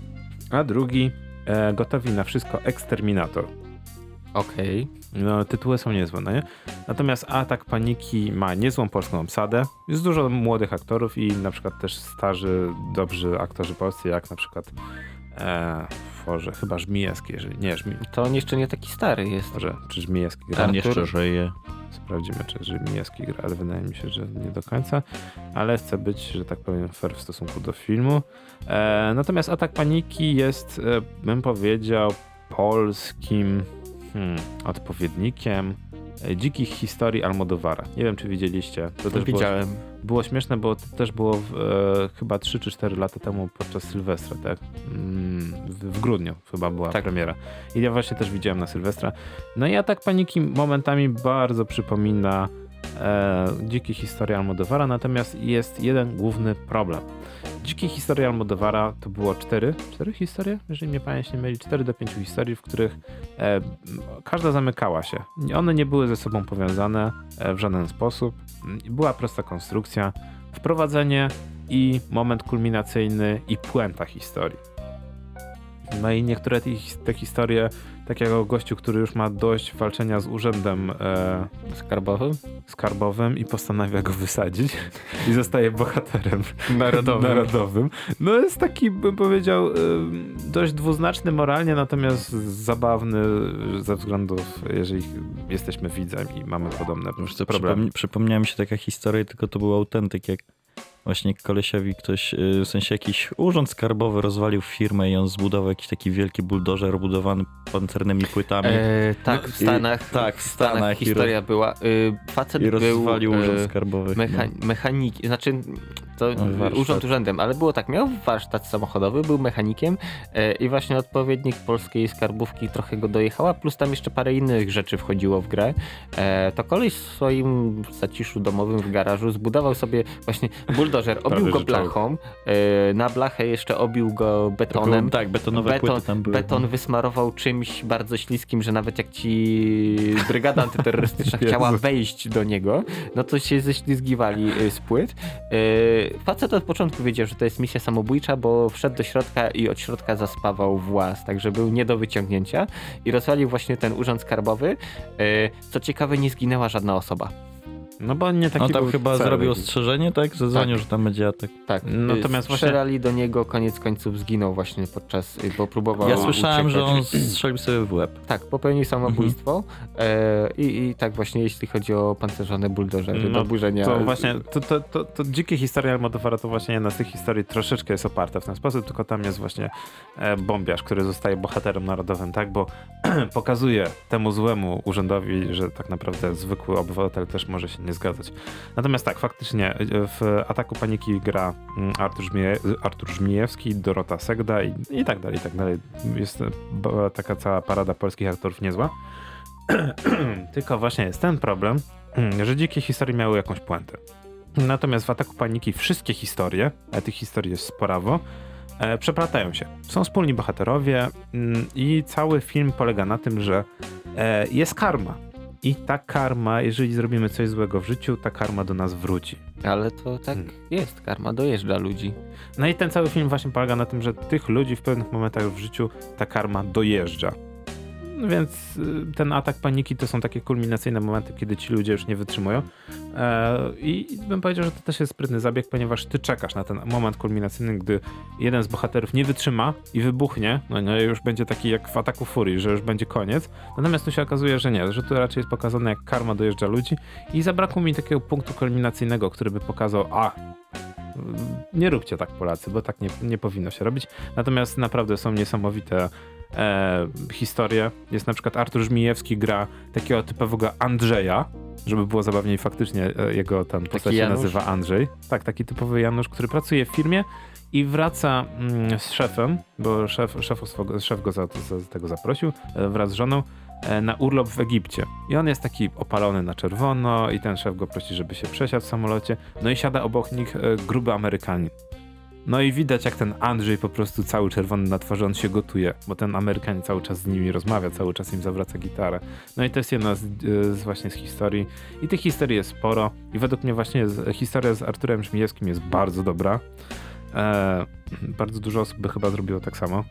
a drugi e, Gotowi na wszystko Eksterminator. Okej. No, tytuły są niezłe, no nie? Natomiast Atak Paniki ma niezłą polską obsadę. Jest dużo młodych aktorów i na przykład też starzy, dobrzy aktorzy polscy, jak na przykład e, Boże, chyba Żmijewski, jeżeli nie Żmi, To on jeszcze nie taki stary jest. może, czy Żmijewski gra? Tam Artur? jeszcze żyje. Sprawdzimy, czy Żmijewski gra, ale wydaje mi się, że nie do końca. Ale chcę być, że tak powiem, fair w stosunku do filmu. E, natomiast Atak Paniki jest, e, bym powiedział, polskim hmm, odpowiednikiem Dzikich historii Almodovara. Nie wiem, czy widzieliście. To też Widziałem. Było, było śmieszne, bo to też było w, e, chyba trzy czy cztery lata temu podczas Sylwestra, tak? Mm, w, w grudniu chyba była Tak. premiera. I ja właśnie też widziałem na Sylwestra. No i Atak Paniki momentami bardzo przypomina e, Dzikie historie Almodovara, natomiast jest jeden główny problem. Dzikie historie Almodovara to było cztery, cztery historie, jeżeli mnie pamięć nie myli, cztery do pięciu historii, w których e, każda zamykała się. One nie były ze sobą powiązane e, w żaden sposób. Była prosta konstrukcja, wprowadzenie i moment kulminacyjny i puenta historii. No i niektóre te, te historie, tak jak o gościu, który już ma dość walczenia z urzędem e, Skarbowym? skarbowym i postanawia go wysadzić i zostaje bohaterem Narodowym. narodowym. No jest taki, bym powiedział, e, dość dwuznaczny moralnie, natomiast zabawny ze względów, jeżeli jesteśmy widzem i mamy podobne Wiesz co, problemy. przypomni- przypomniała mi się taka historia, tylko to był autentyk, jak właśnie kolesiowi ktoś, yy, w sensie jakiś urząd skarbowy rozwalił firmę i on zbudował jakiś taki wielki buldożer obudowany pancernymi płytami E, tak, No, w Stanach. i- tak, w w Stanach Stanach i historia była. Y, facet i był rozwalił urząd y, skarbowy. mecha- mechaniki, znaczy to No, warsztat. urząd urzędem, ale było tak, miał warsztat samochodowy, był mechanikiem e, i właśnie odpowiednik polskiej skarbówki trochę go dojechała, plus tam jeszcze parę innych rzeczy wchodziło w grę. E, to koleś w swoim zaciszu domowym w garażu zbudował sobie właśnie buldożer, obił Prawie go że czołg. blachą, e, na blachę jeszcze obił go betonem. Tak, betonowe Beton, płyty tam były. beton wysmarował czymś bardzo śliskim, że nawet jak ci brygada antyterrorystyczna Jezu. chciała wejść do niego, no to się ześlizgiwali y, z płyt. Y, Facet od początku wiedział, że to jest misja samobójcza, bo wszedł do środka i od środka zaspawał włas, także był nie do wyciągnięcia i rozwalił właśnie ten urząd skarbowy. Y, Co ciekawe, nie zginęła żadna osoba. No bo nie taki On tam był chyba cel zrobił jakiś. ostrzeżenie, tak? Zadzwonił, Tak. że tam będzie atak. Tak, Natomiast Natomiast właśnie- strzelali do niego, koniec końców zginął właśnie podczas, y, bo próbował Ja słyszałem, że uciekać. on strzelił sobie w łeb. Tak, popełnił samobójstwo e, i, i tak właśnie jeśli chodzi o pancerzone buldożery No, do burzenia. To właśnie, to, to, to, to Dzikie historie Almodovara to właśnie jedna z tych historii troszeczkę jest oparta w ten sposób, tylko tam jest właśnie e, bombiarz, który zostaje bohaterem narodowym, tak, bo pokazuje temu złemu urzędowi, że tak naprawdę zwykły obywatel też może się nie zgadzać. Natomiast tak, faktycznie w Ataku Paniki gra mm, Artur, Żmije, Artur Żmijewski, Dorota Segda i, i tak dalej, i tak dalej. Jest ba- taka cała parada polskich aktorów niezła. Tylko właśnie jest ten problem, że Dzikie historie miały jakąś puentę. Natomiast w Ataku Paniki wszystkie historie, a tych historii jest sporawo, e, przeplatają się. Są wspólni bohaterowie mm, i cały film polega na tym, że e, jest karma. I ta karma, jeżeli zrobimy coś złego w życiu, ta karma do nas wróci. Ale to tak Hmm. jest, karma dojeżdża ludzi. No i ten cały film właśnie polega na tym, że tych ludzi w pewnych momentach w życiu ta karma dojeżdża. No więc y, ten Atak Paniki to są takie kulminacyjne momenty, kiedy ci ludzie już nie wytrzymują. E, I bym powiedział, że to też jest sprytny zabieg, ponieważ ty czekasz na ten moment kulminacyjny, gdy jeden z bohaterów nie wytrzyma i wybuchnie, no nie, już będzie taki jak w Ataku Furii, że już będzie koniec. Natomiast tu się okazuje, że nie, że tu raczej jest pokazane, jak karma dojeżdża ludzi i zabrakło mi takiego punktu kulminacyjnego, który by pokazał, a nie róbcie tak, Polacy, bo tak nie, nie powinno się robić. Natomiast naprawdę są niesamowite e, historie. Jest na przykład Artur Żmijewski gra takiego typowego Andrzeja, żeby było zabawniej, faktycznie e, jego tam postać się Janusz? nazywa Andrzej. Tak, taki typowy Janusz, który pracuje w firmie i wraca mm, z szefem, bo szef, szefostwo, szef go za, za tego zaprosił, e, wraz z żoną, e, na urlop w Egipcie. I on jest taki opalony na czerwono i ten szef go prosi, żeby się przesiadł w samolocie. No i siada obok nich e, gruby Amerykanin. No i widać, jak ten Andrzej po prostu cały czerwony na twarzy, on się gotuje, bo ten Amerykanin cały czas z nimi rozmawia, cały czas im zawraca gitarę. No i to jest jedna z, z właśnie z historii. I tych historii jest sporo i według mnie właśnie z, historia z Arturem Żmijewskim jest bardzo dobra. E, bardzo dużo osób by chyba zrobiło tak samo.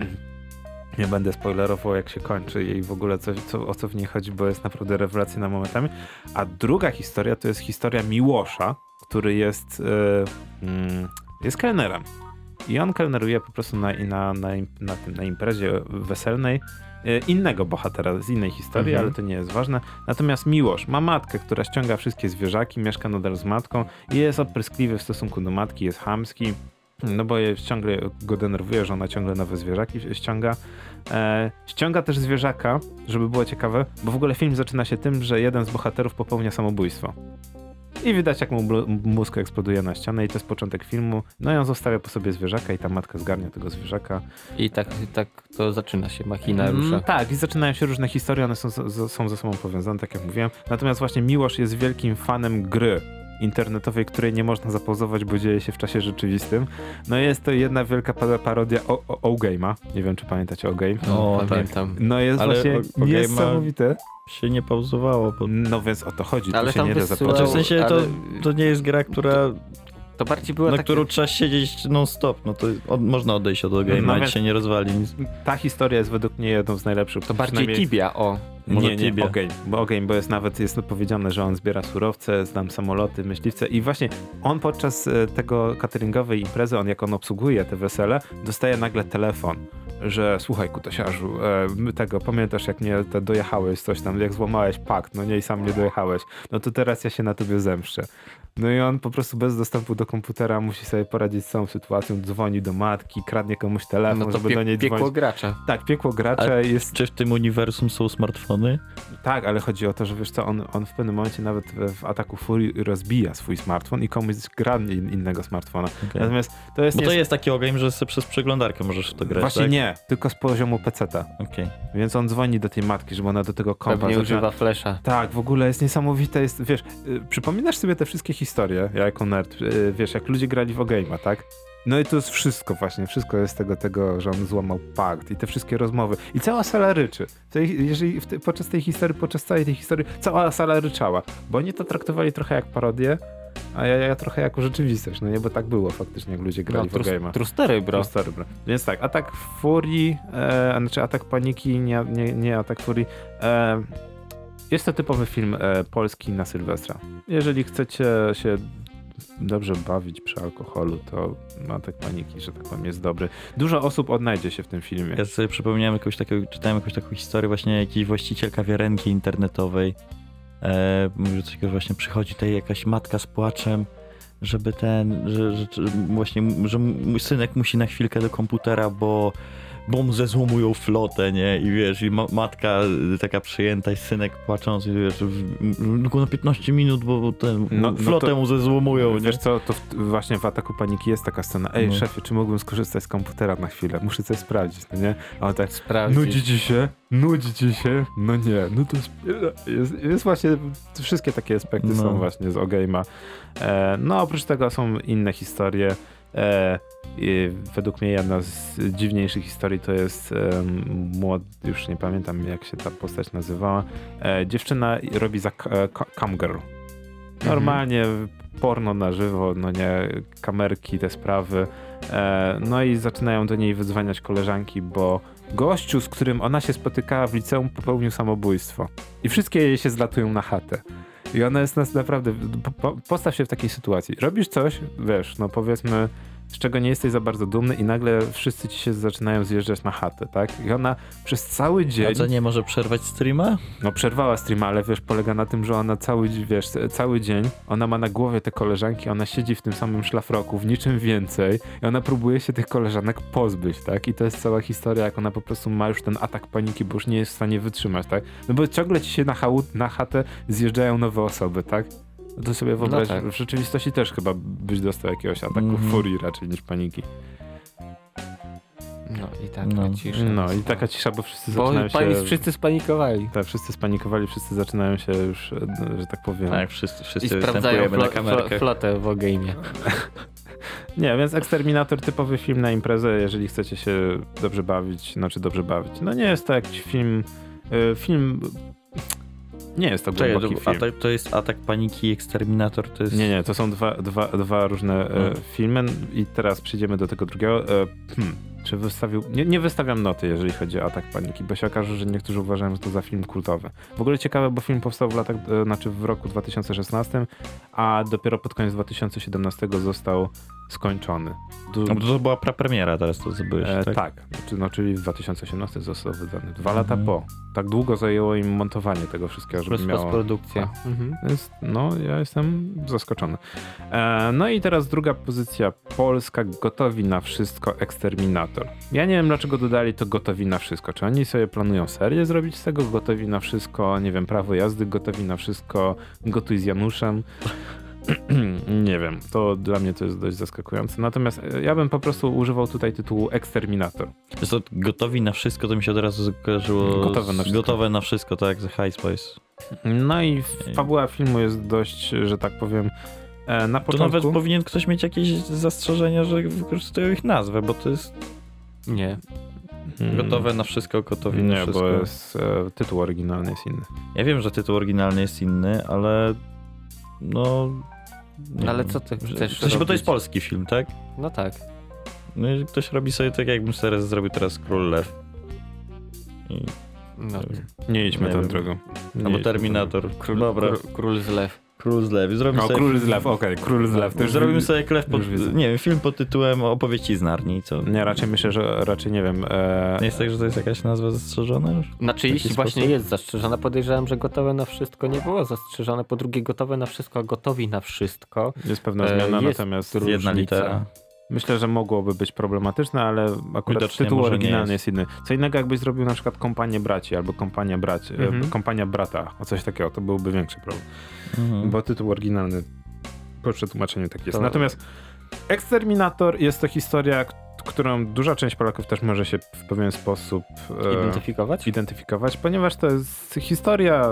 Nie będę spoilerował, jak się kończy i w ogóle coś, co, o co w niej chodzi, bo jest naprawdę rewelacyjna momentami. A druga historia to jest historia Miłosza, który jest, e, mm, jest kelnerem. I on kelneruje po prostu na, na, na, na, tym, na imprezie weselnej e, innego bohatera z innej historii, Mhm. ale to nie jest ważne. Natomiast Miłosz ma matkę, która ściąga wszystkie zwierzaki, mieszka nadal z matką i jest opryskliwy w stosunku do matki, jest chamski. No bo je ciągle go denerwuje, że ona ciągle nowe zwierzaki ściąga. E, ściąga też zwierzaka, żeby było ciekawe, bo w ogóle film zaczyna się tym, że jeden z bohaterów popełnia samobójstwo. I widać, jak mu mózg eksploduje na ścianę i to jest początek filmu. No i on zostawia po sobie zwierzaka i ta matka zgarnia tego zwierzaka. I tak, tak to zaczyna się, machina rusza. Mm, tak, i zaczynają się różne historie, one są, są ze sobą powiązane, tak jak mówiłem. Natomiast właśnie Miłosz jest wielkim fanem gry internetowej, której nie można zapauzować, bo dzieje się w czasie rzeczywistym. No jest to jedna wielka parodia O-Game'a. Nie wiem, czy pamiętacie O-Game. O, tak. pamiętam. No jest Ale właśnie O- O-Game'a niesamowite. Się nie pauzowało. Bo... No więc o to chodzi, Ale tu się tam nie da wysyłał- Znaczy, w zapauzować. sensie to, ale- to nie jest gra, która, To bardziej była na taka... którą trzeba siedzieć non-stop. No to od, można odejść od O-Game'a, No no, więc- się nie rozwali nic. Ta historia jest według mnie jedną z najlepszych. To bardziej przynajmniej- Tibia, o. Może nie, nie, Tibia. Ogame, bo Ogame, bo jest nawet jest powiedziane, że on zbiera surowce, znam samoloty, myśliwce i właśnie on podczas e, tego cateringowej imprezy, on jak on obsługuje te wesele, dostaje nagle telefon, że słuchaj kutosiarzu, e, my tego, pamiętasz jak mnie te dojechałeś coś tam, jak złamałeś pakt, no nie i sam nie dojechałeś, no to teraz ja się na tobie zemszczę. No i on po prostu bez dostępu do komputera musi sobie poradzić z całą sytuacją, dzwoni do matki, kradnie komuś telefon, No to żeby pie- do niej piekło dzwonić. gracza. Tak, piekło gracza A jest... Czy w tym uniwersum są smartfony? Tak, ale chodzi o to, że wiesz co, on, on w pewnym momencie nawet w, w ataku Furii rozbija swój smartfon i komuś gra in, innego smartfona. Okay. Natomiast to jest... Bo to nie- jest taki O-Game, że sobie przez przeglądarkę możesz w to grać, Właśnie tak? nie, tylko z poziomu peceta. Okej. Więc on dzwoni do tej matki, żeby ona do tego kompa Pewnie zaczęła- używa flesza. Tak, w ogóle jest niesamowite, jest, wiesz, y, przypominasz sobie te wszystkie historie, ja jako nerd, y, wiesz, jak ludzie grali w O-Game'a, tak? No i to jest wszystko właśnie, wszystko jest tego, tego, że on złamał pakt i te wszystkie rozmowy. I cała sala ryczy. Tej, jeżeli w te, podczas tej historii, podczas całej tej historii, cała sala ryczała, bo oni to traktowali trochę jak parodię, a ja, ja trochę jako rzeczywistość, no nie, bo tak było faktycznie, jak ludzie grali No, w O-Game'a. trustery, bro. True story, bro. Więc tak, atak furii, e, znaczy atak paniki, nie, nie, nie atak furii. E, jest to typowy film e, polski na Sylwestra. Jeżeli chcecie się dobrze bawić przy alkoholu, to atak paniki, że tak powiem, jest dobry. Dużo osób odnajdzie się w tym filmie. Ja sobie przypomniałem jakąś taką, czytałem jakąś taką historię, właśnie jakiś właściciel kawiarenki internetowej. E, mówi, że coś takiego, że właśnie przychodzi tutaj jakaś matka z płaczem, żeby ten, że, że, że właśnie, że mój synek musi na chwilkę do komputera, bo bo mu zezłomują flotę, nie? I wiesz, i ma matka taka przyjęta i synek płaczący, wiesz, w- w- tylko na piętnaście minut, bo ten No- no flotę to- mu zezłomują, nie? Wiesz co, to w, właśnie w ataku paniki jest taka scena. Ej, No. szefie, czy mógłbym skorzystać z komputera na chwilę? Muszę coś sprawdzić, no nie? A on tak, Sprawdzić. nudzi ci się? Nudzi ci się? No nie, no to sp- jest, jest właśnie, wszystkie takie aspekty No. są właśnie z O-Game'a. E, no oprócz tego są inne historie. E, i według mnie jedna z dziwniejszych historii to jest e, młod, już nie pamiętam jak się ta postać nazywała. E, dziewczyna robi za k- e, ka- camgirl. Normalnie porno na żywo, no nie, kamerki, te sprawy. E, no i zaczynają do niej wydzwaniać koleżanki, bo gościu, z którym ona się spotykała w liceum, popełnił samobójstwo. I wszystkie jej się zlatują na chatę. I ona jest nas naprawdę... po- po- Postaw się w takiej sytuacji. Robisz coś, wiesz, no powiedzmy, z czego nie jesteś za bardzo dumny i nagle wszyscy ci się zaczynają zjeżdżać na chatę, tak? I ona przez cały dzień... A co, nie może przerwać streama? No przerwała streama, ale wiesz, polega na tym, że ona cały, wiesz, cały dzień, ona ma na głowie te koleżanki, ona siedzi w tym samym szlafroku, w niczym więcej i ona próbuje się tych koleżanek pozbyć, tak? I to jest cała historia, jak ona po prostu ma już ten atak paniki, bo już nie jest w stanie wytrzymać, tak? No bo ciągle ci się na, hałut, na chatę zjeżdżają nowe osoby, tak? No to sobie wyobraź, tak. w rzeczywistości też chyba byś dostał jakiegoś ataku Mhm. furii raczej niż paniki. No i taka No. cisza. No i taka cisza, bo wszyscy Bo zaczynają pani się... wszyscy spanikowali. Tak, wszyscy spanikowali, wszyscy zaczynają się już, e, że tak powiem... Tak, wszyscy, I wszyscy sprawdzają występujemy na flo, flo, kamerkach. flotę w O-Game'ie. Nie, więc Exterminator typowy film na imprezę, jeżeli chcecie się dobrze bawić, znaczy dobrze bawić. No nie jest to jakiś film, y, film, nie jest to Czekaj, głęboki to, film. atak, to jest Atak Paniki i Exterminator, to jest... Nie, nie, to są dwa, dwa, dwa różne e, Hmm. filmy i teraz przejdziemy do tego drugiego. E, hmm. czy wystawił... Nie, nie wystawiam noty, jeżeli chodzi o Atak Paniki, bo się okaże, że niektórzy uważają, że to za film kultowy. W ogóle ciekawe, bo film powstał w latach, e, znaczy w roku dwa tysiące szesnastym, a dopiero pod koniec dwa tysiące siedemnastego został skończony. Du... No bo to była prapremiera, teraz to zdobyłeś, E, tak? tak, znaczy, no, czyli w dwa tysiące osiemnastym został wydany. Dwa Mhm. lata po. Tak długo zajęło im montowanie tego wszystkiego, żeby Plus miało... postprodukcja. Mhm. Więc no, ja jestem zaskoczony. E, no i teraz druga pozycja. Polska, gotowi na wszystko, Exterminator. Ja nie wiem, dlaczego dodali to gotowi na wszystko. Czy oni sobie planują serię zrobić z tego? Gotowi na wszystko, nie wiem, prawo jazdy, gotowi na wszystko, gotuj z Januszem. Nie wiem, to dla mnie to jest dość zaskakujące. Natomiast ja bym po prostu używał tutaj tytułu Exterminator. Jest to gotowi na wszystko, to mi się od razu skojarzyło Gotowe na z- wszystko. Gotowe na wszystko, tak, z High Spice. No i fabuła filmu jest dość, że tak powiem, e, na To początku... nawet powinien ktoś mieć jakieś zastrzeżenia, że wykorzystują ich nazwę, bo to jest Nie. Hmm. gotowe na wszystko, gotowi na Nie, wszystko. bo jest, e, tytuł oryginalny jest inny. Ja wiem, że tytuł oryginalny jest inny, ale no... nie Ale wiem. co ty Że- chcesz w sensie, bo to robić? jest polski film, tak? No tak. No i ktoś robi sobie tak, jakbym teraz zrobił teraz Król Lew. I, No. nie wiem. Nie idźmy Nie tą wiem. drogą. Nie Albo idźmy Terminator. Król, Dobra. król, król z lew. Król z Lew. I zrobimy tą drogą. O, sobie... Król z Lew, okej, Król z Lew. To już Zrobimy wi- sobie klep pod... już widzę. Nie wiem, film pod tytułem Opowieści z Narni, co... Nie, raczej myślę, że raczej nie wiem. E... Nie jest tak, że to jest jakaś nazwa zastrzeżona już? Znaczy, W jeśli taki właśnie sposób? jest zastrzeżone, podejrzewam, że gotowe na wszystko nie było zastrzeżone. Po drugie, gotowe na wszystko, a gotowi na wszystko. Jest pewna E, zmiana, jest natomiast różnica. Jedna litera. myślę, że mogłoby być problematyczne, ale akurat Widocznie tytuł może nie oryginalny jest. jest. inny. Co innego jakbyś zrobił na przykład Kompanię Braci albo Kompania Braci, Mhm. e, Kompania Brata, o coś takiego, to byłby większy problem. Mhm. Bo tytuł oryginalny po przetłumaczeniu tak jest. To- Natomiast Exterminator jest to historia, k- którą duża część Polaków też może się w pewien sposób e, Identyfikować? identyfikować, ponieważ to jest historia...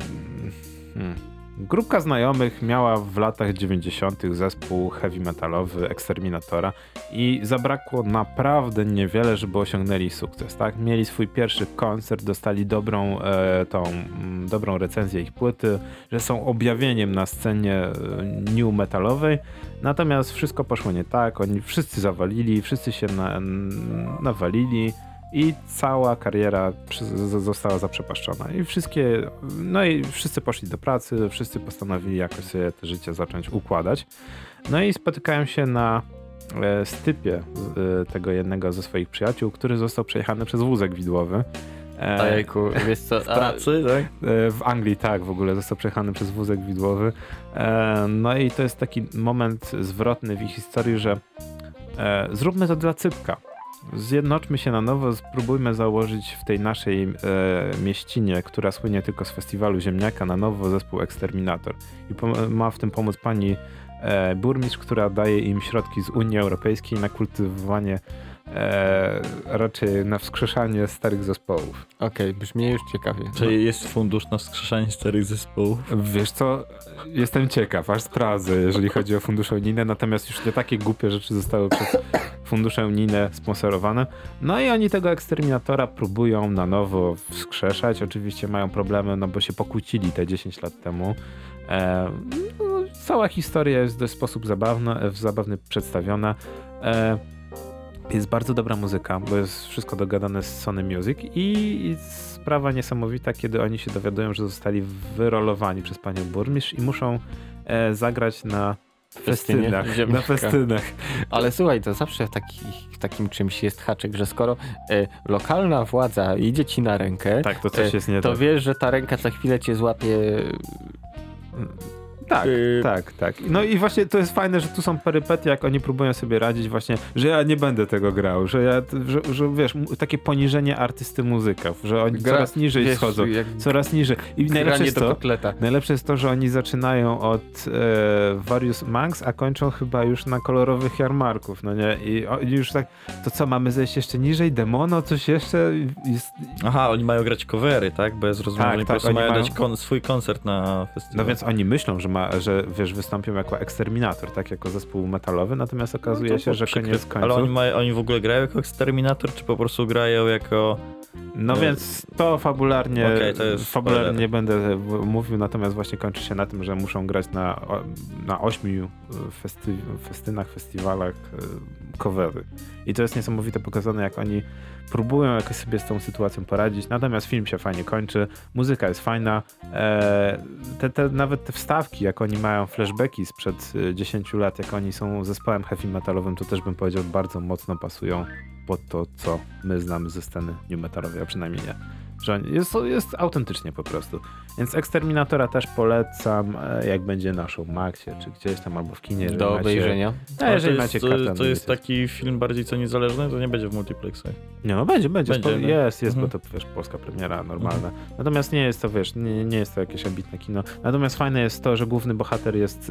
Hmm. Grupka znajomych miała w latach dziewięćdziesiątych zespół heavy metalowy Exterminatora i zabrakło naprawdę niewiele, żeby osiągnęli sukces, tak? Mieli swój pierwszy koncert, dostali dobrą, e, tą, mm, dobrą recenzję ich płyty, że są objawieniem na scenie e, new metalowej, natomiast wszystko poszło nie tak, oni wszyscy zawalili, wszyscy się na, nawalili, i cała kariera przy- z- została zaprzepaszczona. I wszystkie, no i wszyscy poszli do pracy, wszyscy postanowili jakoś sobie to życie zacząć układać. No i spotykają się na e, stypie z, e, tego jednego ze swoich przyjaciół, który został przejechany przez wózek widłowy. E, Ojejku, wiesz co? W pracy, tak? E, W Anglii tak, w ogóle został przejechany przez wózek widłowy. E, No i to jest taki moment zwrotny w ich historii, że e, zróbmy to dla cypka. Zjednoczmy się na nowo, spróbujmy założyć w tej naszej e, mieścinie, która słynie tylko z festiwalu ziemniaka, na nowo zespół Exterminator. I pom- ma w tym pomóc pani e, burmistrz, która daje im środki z Unii Europejskiej na kultywowanie, e, raczej na wskrzeszanie starych zespołów. Okej, brzmi już ciekawie. Czyli jest fundusz na wskrzeszanie starych zespołów. Wiesz co, jestem ciekaw, aż sprawdzę, jeżeli chodzi o fundusze unijne, natomiast już nie takie głupie rzeczy zostały przez fundusze unijne sponsorowane. No i oni tego Exterminatora próbują na nowo wskrzeszać. Oczywiście mają problemy, no bo się pokłócili te dziesięć lat temu. E, no, cała historia jest w dość sposób zabawna, w zabawny przedstawiona. E, Jest bardzo dobra muzyka, bo jest wszystko dogadane z Sony Music i, i sprawa niesamowita, kiedy oni się dowiadują, że zostali wyrolowani przez panią burmistrz i muszą e, zagrać na Festynie festynach. Na ziemniaka. festynach. Ale słuchaj, to zawsze w, takich, w takim czymś jest haczyk, że skoro e, lokalna władza idzie ci na rękę, Tak, to coś e, jest nie to tak. wiesz, że ta ręka za chwilę cię złapie. Tak, Yy. tak, tak. No i właśnie to jest fajne, że tu są perypetie, jak oni próbują sobie radzić właśnie, że ja nie będę tego grał, że ja, że, że wiesz, mu- takie poniżenie artysty muzyków, że oni Gra- coraz niżej wiesz, schodzą, jak coraz niżej. I najlepsze granie jest do to, kotleta. najlepsze jest to, że oni zaczynają od e, Various Manx, a kończą chyba już na kolorowych jarmarków, no nie? I oni już tak, to co, mamy zejść jeszcze niżej? Demono, coś jeszcze? Jest... Aha, oni mają grać covery, tak? Bo ja zrozumiałem, Tak, że oni tak, po prostu oni mają mają- dać kon- swój koncert na festiwalu. No więc oni myślą, że, ma, że wiesz, wystąpią jako Exterminator, tak? Jako zespół metalowy, natomiast okazuje No to się, że przykry- koniec końców... Ale oni, mają, oni w ogóle grają jako Exterminator, czy po prostu grają jako... No E, więc to fabularnie, Okej, to jest fabularnie spoiler. nie będę w- mówił, natomiast właśnie kończy się na tym, że muszą grać na, o- na ośmiu festy, festynach, festiwalach, e, covery. I to jest niesamowite pokazane, jak oni próbują jakoś sobie z tą sytuacją poradzić, natomiast film się fajnie kończy, muzyka jest fajna, e, te, te, nawet te wstawki, jak oni mają flashbacki sprzed dziesięciu lat, jak oni są zespołem heavy metalowym, to też bym powiedział bardzo mocno pasują pod to, co my znamy ze sceny new metalowej, a przynajmniej nie. Że jest, jest autentycznie po prostu. Więc Exterminatora też polecam, jak będzie na Show Maxie, czy gdzieś tam, albo w kinie. Do macie, obejrzenia. A jeżeli to macie jest, kartę. to jest taki film bardziej co niezależny, to nie będzie w multiplexach. Nie, no będzie, będzie. Będzie, Spo, no. jest, jest, Mhm. bo to wiesz, polska premiera normalna. Natomiast nie jest to, wiesz, nie, nie jest to jakieś ambitne kino. Natomiast fajne jest to, że główny bohater jest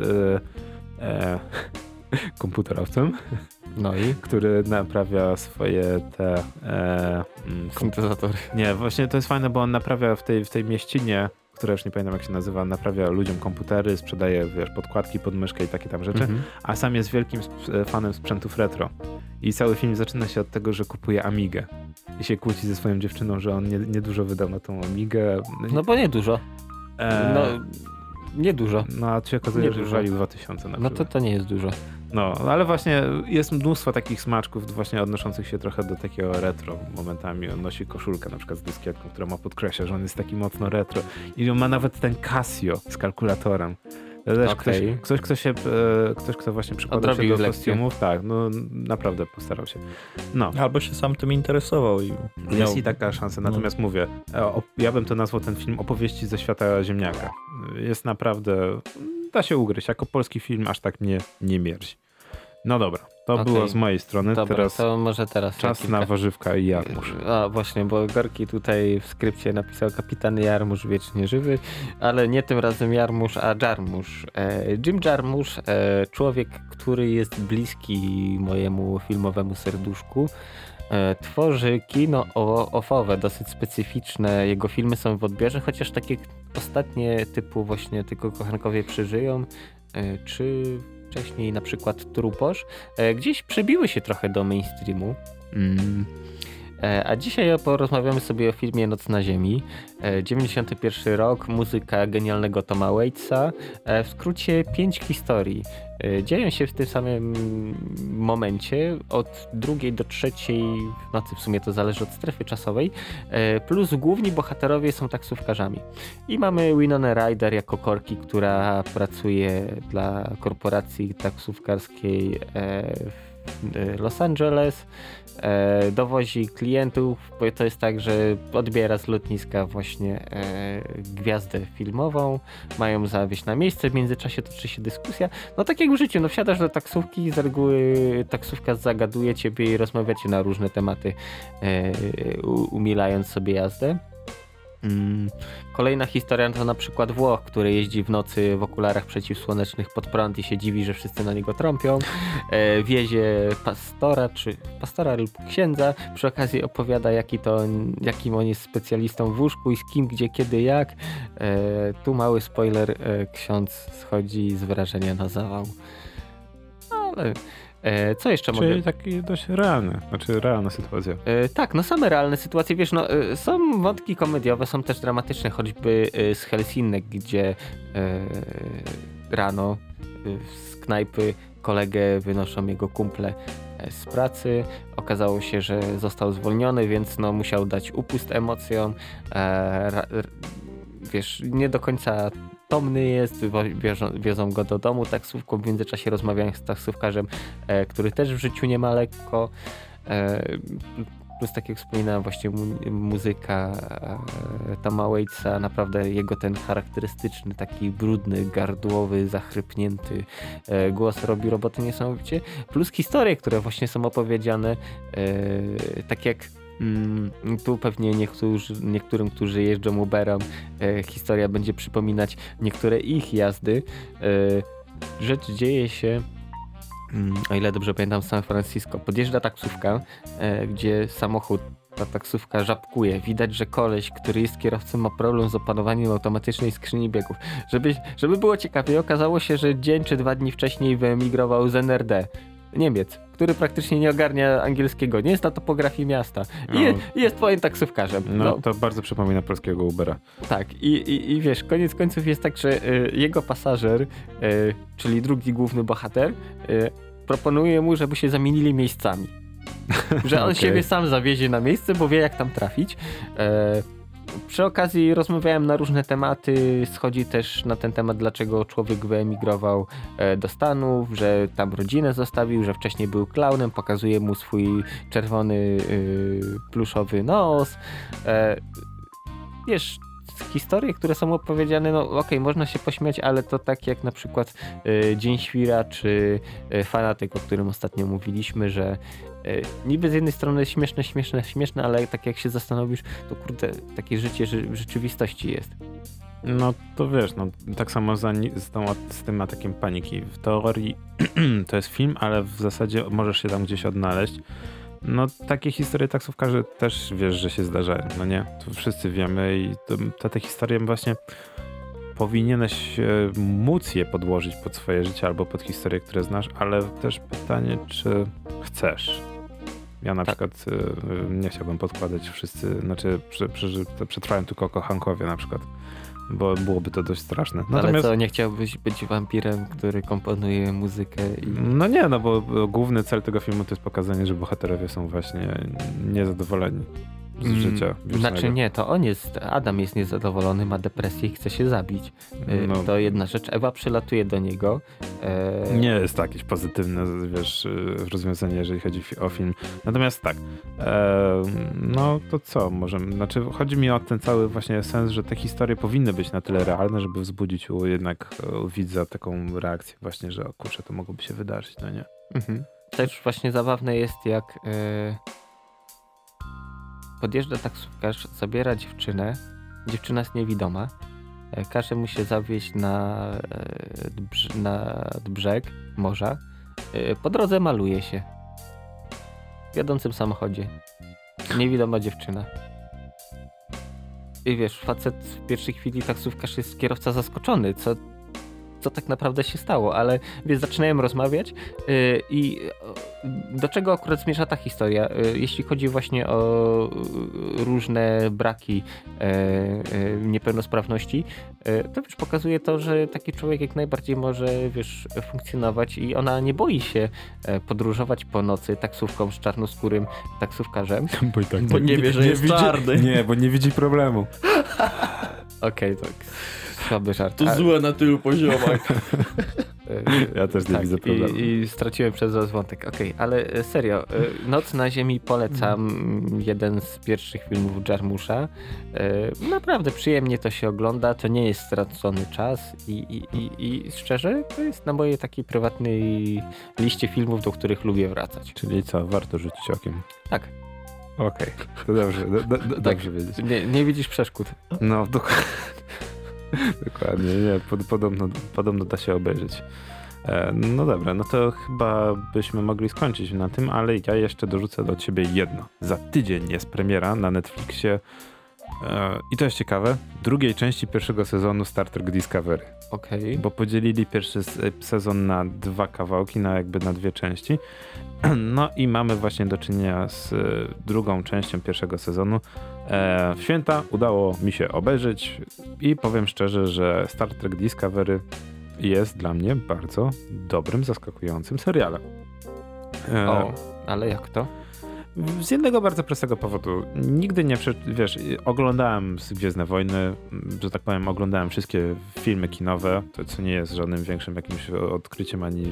e, e, komputerowcem, No i? który naprawia swoje te... E, mm, Syntezatory. Nie, właśnie to jest fajne, bo on naprawia w tej, w tej mieścinie, która już nie pamiętam jak się nazywa, naprawia ludziom komputery, sprzedaje, wiesz, podkładki pod myszkę i takie tam rzeczy, Mhm. a sam jest wielkim sp- fanem sprzętów retro. I cały film zaczyna się od tego, że kupuje Amigę. I się kłóci ze swoją dziewczyną, że on nie, nie dużo wydał na tą Amigę. No bo nie dużo. e, No, nie dużo. no a tu się okazuje, nie że dużo. walił dwa tysiące na No przykład. to to nie jest dużo. No, ale właśnie jest mnóstwo takich smaczków właśnie odnoszących się trochę do takiego retro momentami. On nosi koszulkę na przykład z dyskietką, która ma podkreśla, że on jest taki mocno retro. I on ma nawet ten Casio z kalkulatorem. Też ktoś, Okej. ktoś, kto się, e, ktoś, kto właśnie przykładał się Odrobił do lekcję. kostiumów, tak, no naprawdę postarał się. No. Albo się sam tym interesował i Jest miał... i taka szansa, no. natomiast mówię, e, op- ja bym to nazwał ten film opowieści ze świata ziemniaka. Jest naprawdę, da się ugryźć, jako polski film aż tak mnie nie mierzi. No dobra, to Okej. było z mojej strony, Dobra, teraz to może teraz. czas kilka- na warzywka i jarmuż. A właśnie, bo Gorki tutaj w skrypcie napisał kapitan Jarmusz wiecznie żywy, ale nie tym razem Jarmusz, a Jarmusz. E, Jim Jarmusz, e, człowiek, który jest bliski mojemu filmowemu serduszku, e, tworzy kino o- ofowe, dosyć specyficzne. Jego filmy są w odbiorze, chociaż takie ostatnie typu właśnie Tylko kochankowie przeżyją, e, czy wcześniej na przykład Truposz, e, gdzieś przebiły się trochę do mainstreamu. Mm. E, A dzisiaj porozmawiamy sobie o filmie Noc na Ziemi. E, dziewięćdziesiąty pierwszy rok, muzyka genialnego Toma Waitsa. E, W skrócie pięć historii. E, Dzieją się w tym samym momencie, od drugiej do trzeciej w nocy, w sumie to zależy od strefy czasowej, e, plus główni bohaterowie są taksówkarzami. I mamy Winona Ryder jako Korki, która pracuje dla korporacji taksówkarskiej e, w e, Los Angeles. E, dowozi klientów, bo to jest tak, że odbiera z lotniska właśnie e, gwiazdę filmową, mają zawieźć na miejsce, w międzyczasie toczy się dyskusja. No tak jak w życiu, no wsiadasz do taksówki, z reguły taksówka zagaduje ciebie i rozmawiacie na różne tematy, e, u, umilając sobie jazdę. Mm. Kolejna historia to na przykład Włoch, który jeździ w nocy w okularach przeciwsłonecznych pod prąd i się dziwi, że wszyscy na niego trąpią. E, wiezie pastora, czy pastora lub księdza. Przy okazji opowiada, jaki to, jakim on jest specjalistą w łóżku i z kim, gdzie, kiedy, jak. E, tu mały spoiler, e, ksiądz schodzi z wrażenia na zawał. Ale e, co jeszcze mogę... Czyli taki dość realny, znaczy realna sytuacja. E, tak, no same realne sytuacje, wiesz, no e, są wątki komediowe, są też dramatyczne, choćby e, z Helsinek, gdzie e, rano e, z knajpy kolegę wynoszą jego kumple e, z pracy. Okazało się, że został zwolniony, więc no musiał dać upust emocjom. E, ra, r, wiesz, nie do końca tomny jest, wiozą, wiozą go do domu taksówką, w międzyczasie rozmawiają z taksówkarzem, e, który też w życiu nie ma lekko. E, plus tak jak wspominałem, właśnie mu, muzyka e, Toma Waitsa, naprawdę jego ten charakterystyczny, taki brudny, gardłowy, zachrypnięty e, głos robi robotę niesamowicie. Plus historie, które właśnie są opowiedziane, e, tak jak Mm, tu pewnie niektórzy, niektórym, którzy jeżdżą Uberem, e, historia będzie przypominać niektóre ich jazdy. E, rzecz dzieje się, mm, o ile dobrze pamiętam, w San Francisco. Podjeżdża taksówka, e, gdzie samochód, ta taksówka żabkuje. Widać, że koleś, który jest kierowcą, ma problem z opanowaniem automatycznej skrzyni biegów. Żeby, żeby było ciekawie, okazało się, że dzień czy dwa dni wcześniej wyemigrował z N R D. Niemiec, który praktycznie nie ogarnia angielskiego, nie zna topografii miasta i No. je, jest twoim taksówkarzem. No, No, to bardzo przypomina polskiego Ubera. tak. I, i, I wiesz, koniec końców jest tak, że y, jego pasażer, y, czyli drugi główny bohater, y, proponuję mu, żeby się zamienili miejscami. Że on Okay. siebie sam zawiezie na miejsce, bo wie jak tam trafić. E, przy okazji rozmawiałem na różne tematy, schodzi też na ten temat, dlaczego człowiek wyemigrował e, do Stanów, że tam rodzinę zostawił, że wcześniej był klaunem, pokazuje mu swój czerwony y, pluszowy nos. E, wiesz, historie, które są opowiedziane, no okej, okay, można się pośmiać, ale to tak jak na przykład y, Dzień Świra, czy y, Fanatyk, o którym ostatnio mówiliśmy, że y, niby z jednej strony śmieszne, śmieszne, śmieszne, ale tak jak się zastanowisz, to kurde, takie życie ży- w rzeczywistości jest. No to wiesz, no tak samo za, z, tą, z tym atakiem paniki. W teorii to jest film, ale w zasadzie możesz się tam gdzieś odnaleźć. No takie historie taksówkarzy też wiesz, że się zdarzają, no nie? To wszyscy wiemy i to, to te historie właśnie powinieneś e, móc je podłożyć pod swoje życie albo pod historie, które znasz, ale też pytanie, czy chcesz. Ja na tak. przykład e, nie chciałbym podkładać wszyscy, znaczy prze, prze, przetrwałem tylko kochankowie na przykład, bo byłoby to dość straszne. Natomiast... Ale co, nie chciałbyś być wampirem, który komponuje muzykę? I... No nie, no bo główny cel tego filmu to jest pokazanie, że bohaterowie są właśnie niezadowoleni z Mm, życia wiecznego. Znaczy nie, to on jest, Adam jest niezadowolony, ma depresję i chce się zabić. Y, No. To jedna rzecz. Ewa przylatuje do niego. E... Nie jest to jakieś pozytywne, wiesz, rozwiązanie, jeżeli chodzi o film. Natomiast tak, e, no to co, możemy, znaczy chodzi mi o ten cały właśnie sens, że te historie powinny być na tyle realne, żeby wzbudzić u jednak u widza taką reakcję właśnie, że o kurczę, to mogłoby się wydarzyć, no nie? Mhm. Też właśnie zabawne jest, jak e... podjeżdża taksówkarz, zabiera dziewczynę, dziewczyna jest niewidoma, e, każe mu się zawieźć na, e, drz, na brzeg morza, e, po drodze maluje się w jadącym samochodzie, niewidoma dziewczyna. I wiesz, facet w pierwszej chwili taksówkarz jest kierowca zaskoczony, co co tak naprawdę się stało, ale wiesz, zaczynałem rozmawiać yy, i yy, do czego akurat zmierza ta historia, yy, jeśli chodzi właśnie o yy, różne braki yy, yy, niepełnosprawności, yy, to wiesz, pokazuje to, że taki człowiek jak najbardziej może, wiesz, funkcjonować i ona nie boi się yy, podróżować po nocy taksówką z czarnoskórym taksówkarzem. Bo, i tak, Bo nie wie, że jest widzi, czarny. Nie, bo nie widzi problemu. Okej, okay, tak. Słaby żart. To A, złe na tylu poziomach. Ja też nie tak, widzę problemu. I, i straciłem przez was wątek. Okej, okay, ale e, serio, e, Noc na Ziemi polecam. Mm. Jeden z pierwszych filmów Jarmusza. E, naprawdę przyjemnie to się ogląda. To nie jest stracony czas i, i, i, i szczerze to jest na mojej takiej prywatnej liście filmów, do których lubię wracać. Czyli co, warto rzucić okiem. Tak. Okej, okay. To dobrze, do, do, do, dobrze wiedzieć. Nie, nie widzisz przeszkód. No, dokładnie. Dokładnie, nie, pod, podobno, podobno da się obejrzeć. E, no dobra, no to chyba byśmy mogli skończyć na tym, ale ja jeszcze dorzucę do ciebie jedno. Za tydzień jest premiera na Netflixie e, i to jest ciekawe, drugiej części pierwszego sezonu Star Trek Discovery. Okej. Okay. Bo podzielili pierwszy sezon na dwa kawałki, na jakby na dwie części. No i mamy właśnie do czynienia z drugą częścią pierwszego sezonu. E, w święta udało mi się obejrzeć i powiem szczerze, że Star Trek Discovery jest dla mnie bardzo dobrym, zaskakującym serialem. E, o, ale jak to? Z jednego bardzo prostego powodu. Nigdy nie, wiesz, oglądałem Gwiezdne Wojny, że tak powiem, oglądałem wszystkie filmy kinowe, to co nie jest żadnym większym jakimś odkryciem ani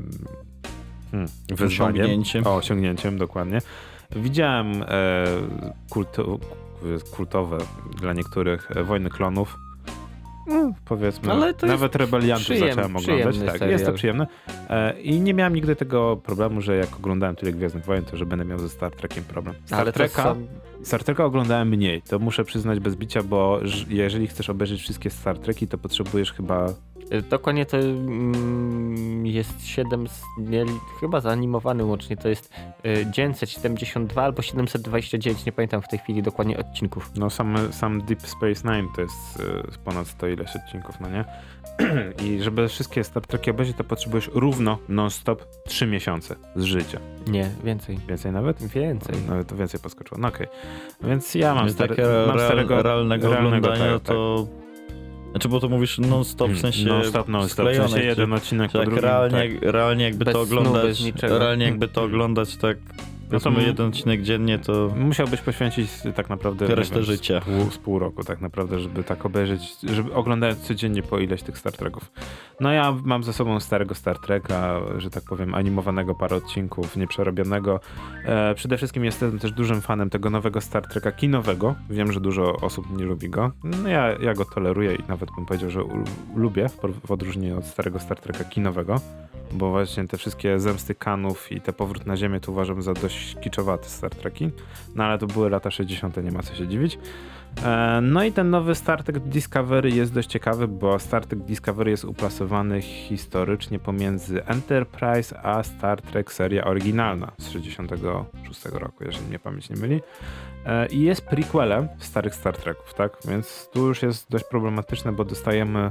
hmm, wyzwaniem. Osiągnięciem. O, osiągnięciem, dokładnie. Widziałem e, kultu, kultowe dla niektórych e, Wojny Klonów. No, powiedzmy, ale to nawet Rebeliantów przyjem, zacząłem oglądać. Tak, serial. jest to przyjemne. E, I nie miałem nigdy tego problemu, że jak oglądałem tyle Gwiezdnych Wojen, to że będę miał ze Star Trekiem problem. Star ale Treka, są... Star Treka oglądałem mniej, to muszę przyznać bez bicia, bo jeżeli chcesz obejrzeć wszystkie Star Treki, to potrzebujesz chyba... Dokładnie to mm, jest siedem, nie, chyba zanimowany łącznie, to jest y, dziewięćset siedemdziesiąt dwa albo siedemset dwadzieścia dziewięć, nie pamiętam w tej chwili dokładnie odcinków. No sam, sam Deep Space Nine to jest y, ponad sto ileś odcinków, no nie? I żeby wszystkie Star Treki obejrzeć, to potrzebujesz równo, non-stop, trzy miesiące z życia. Nie, więcej. Więcej nawet? Więcej. Nawet to więcej podskoczyło. No okej. Okay. Więc ja mam, stary, takie mam real, starego... realnego, realnego oglądania tak, to... tak. Znaczy, bo to mówisz non-stop, w sensie No stop, no stop, w sklejonych, sensie czy- jeden odcinek po tak, drugim. realnie, tak. realnie jakby Bez to snu, oglądać, bez niczego. realnie jakby to oglądać tak, No to powiedzmy m- jeden odcinek dziennie, to Musiałbyś poświęcić tak naprawdę Tę nie resztę wiem, życia. Z pół, z pół roku tak naprawdę, żeby tak obejrzeć, żeby oglądać codziennie po ileś tych Star Treków. No ja mam za sobą starego Star Treka, że tak powiem, animowanego parę odcinków, nieprzerobionego. E, przede wszystkim jestem też dużym fanem tego nowego Star Treka kinowego. Wiem, że dużo osób nie lubi go. No ja, ja go toleruję i nawet bym powiedział, że u, lubię w, por- w odróżnieniu od starego Star Treka kinowego, bo właśnie te wszystkie zemsty Kanów i te powrót na Ziemię to uważam za dość kiczowate Star Treki. No ale to były lata sześćdziesiąte, nie ma co się dziwić. E, no i ten nowy Star Trek Discovery jest dość ciekawy, bo Star Trek Discovery jest uplasowany historycznie pomiędzy Enterprise a Star Trek seria oryginalna z sześćdziesiątego szóstego roku, jeżeli mnie pamięć nie myli. E, I jest prequelem starych Star Treków, tak? Więc tu już jest dość problematyczne, bo dostajemy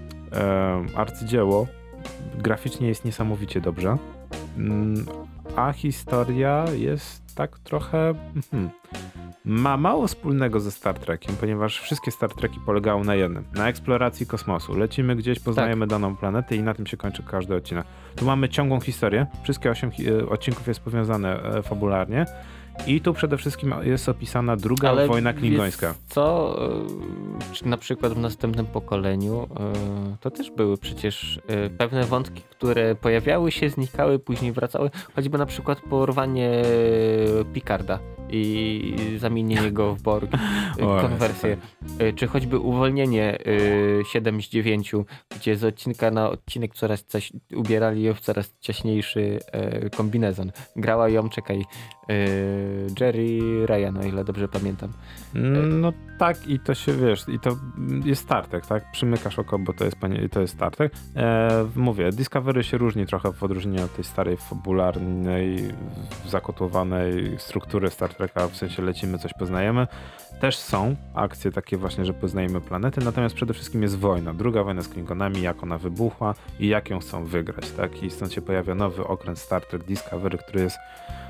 e, arcydzieło. Graficznie jest niesamowicie dobrze. Mm, a historia jest tak trochę... Hmm, ma mało wspólnego ze Star Trekiem, ponieważ wszystkie Star Treki polegały na jednym. Na eksploracji kosmosu. Lecimy gdzieś, poznajemy Tak. daną planetę i na tym się kończy każdy odcinek. Tu mamy ciągłą historię. Wszystkie osiem hi- odcinków jest powiązane e, fabularnie. I tu przede wszystkim jest opisana druga Ale wojna wiesz klingońska. co, y, czy na przykład w następnym pokoleniu y, to też były przecież y, pewne wątki, które pojawiały się, znikały, później wracały. Choćby na przykład porwanie Picarda i zamienienie go w Borg, y, O, konwersję. Y, Czy choćby uwolnienie y, siedem z dziewięciu, gdzie z odcinka na odcinek coraz coś ubierali ją w coraz ciaśniejszy y, kombinezon. Grała ją, czekaj, y, Jerry Ryan, o ile dobrze pamiętam. No tak, i to się, wiesz, i to jest Star Trek, tak? Przymykasz oko, bo to jest, panie- to jest Star Trek. E, mówię, Discovery się różni trochę w odróżnieniu od tej starej, fabularnej, zakotłowanej struktury Star Treka, w sensie lecimy, coś poznajemy. Też są akcje takie właśnie, że poznajemy planety, natomiast przede wszystkim jest wojna. Druga wojna z Klingonami, jak ona wybuchła i jak ją chcą wygrać, tak? I stąd się pojawia nowy okręt Star Trek Discovery, który jest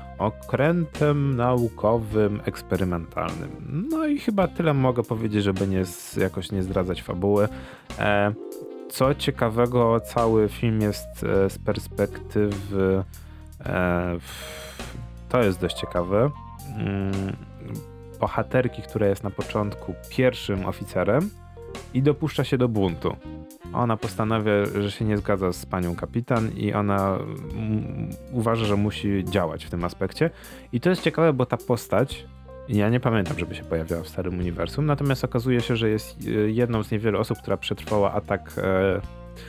okrętem naukowym, eksperymentalnym. No i chyba tyle mogę powiedzieć, żeby nie, z- jakoś nie zdradzać fabuły. E, co ciekawego, cały film jest e, z perspektywy e, w, to jest dość ciekawe. Mm, bohaterki, która jest na początku pierwszym oficerem i dopuszcza się do buntu. Ona postanawia, że się nie zgadza z panią kapitan i ona mm, uważa, że musi działać w tym aspekcie. I to jest ciekawe, bo ta postać, ja nie pamiętam, żeby się pojawiała w starym uniwersum, natomiast okazuje się, że jest e, jedną z niewielu osób, która przetrwała atak, e,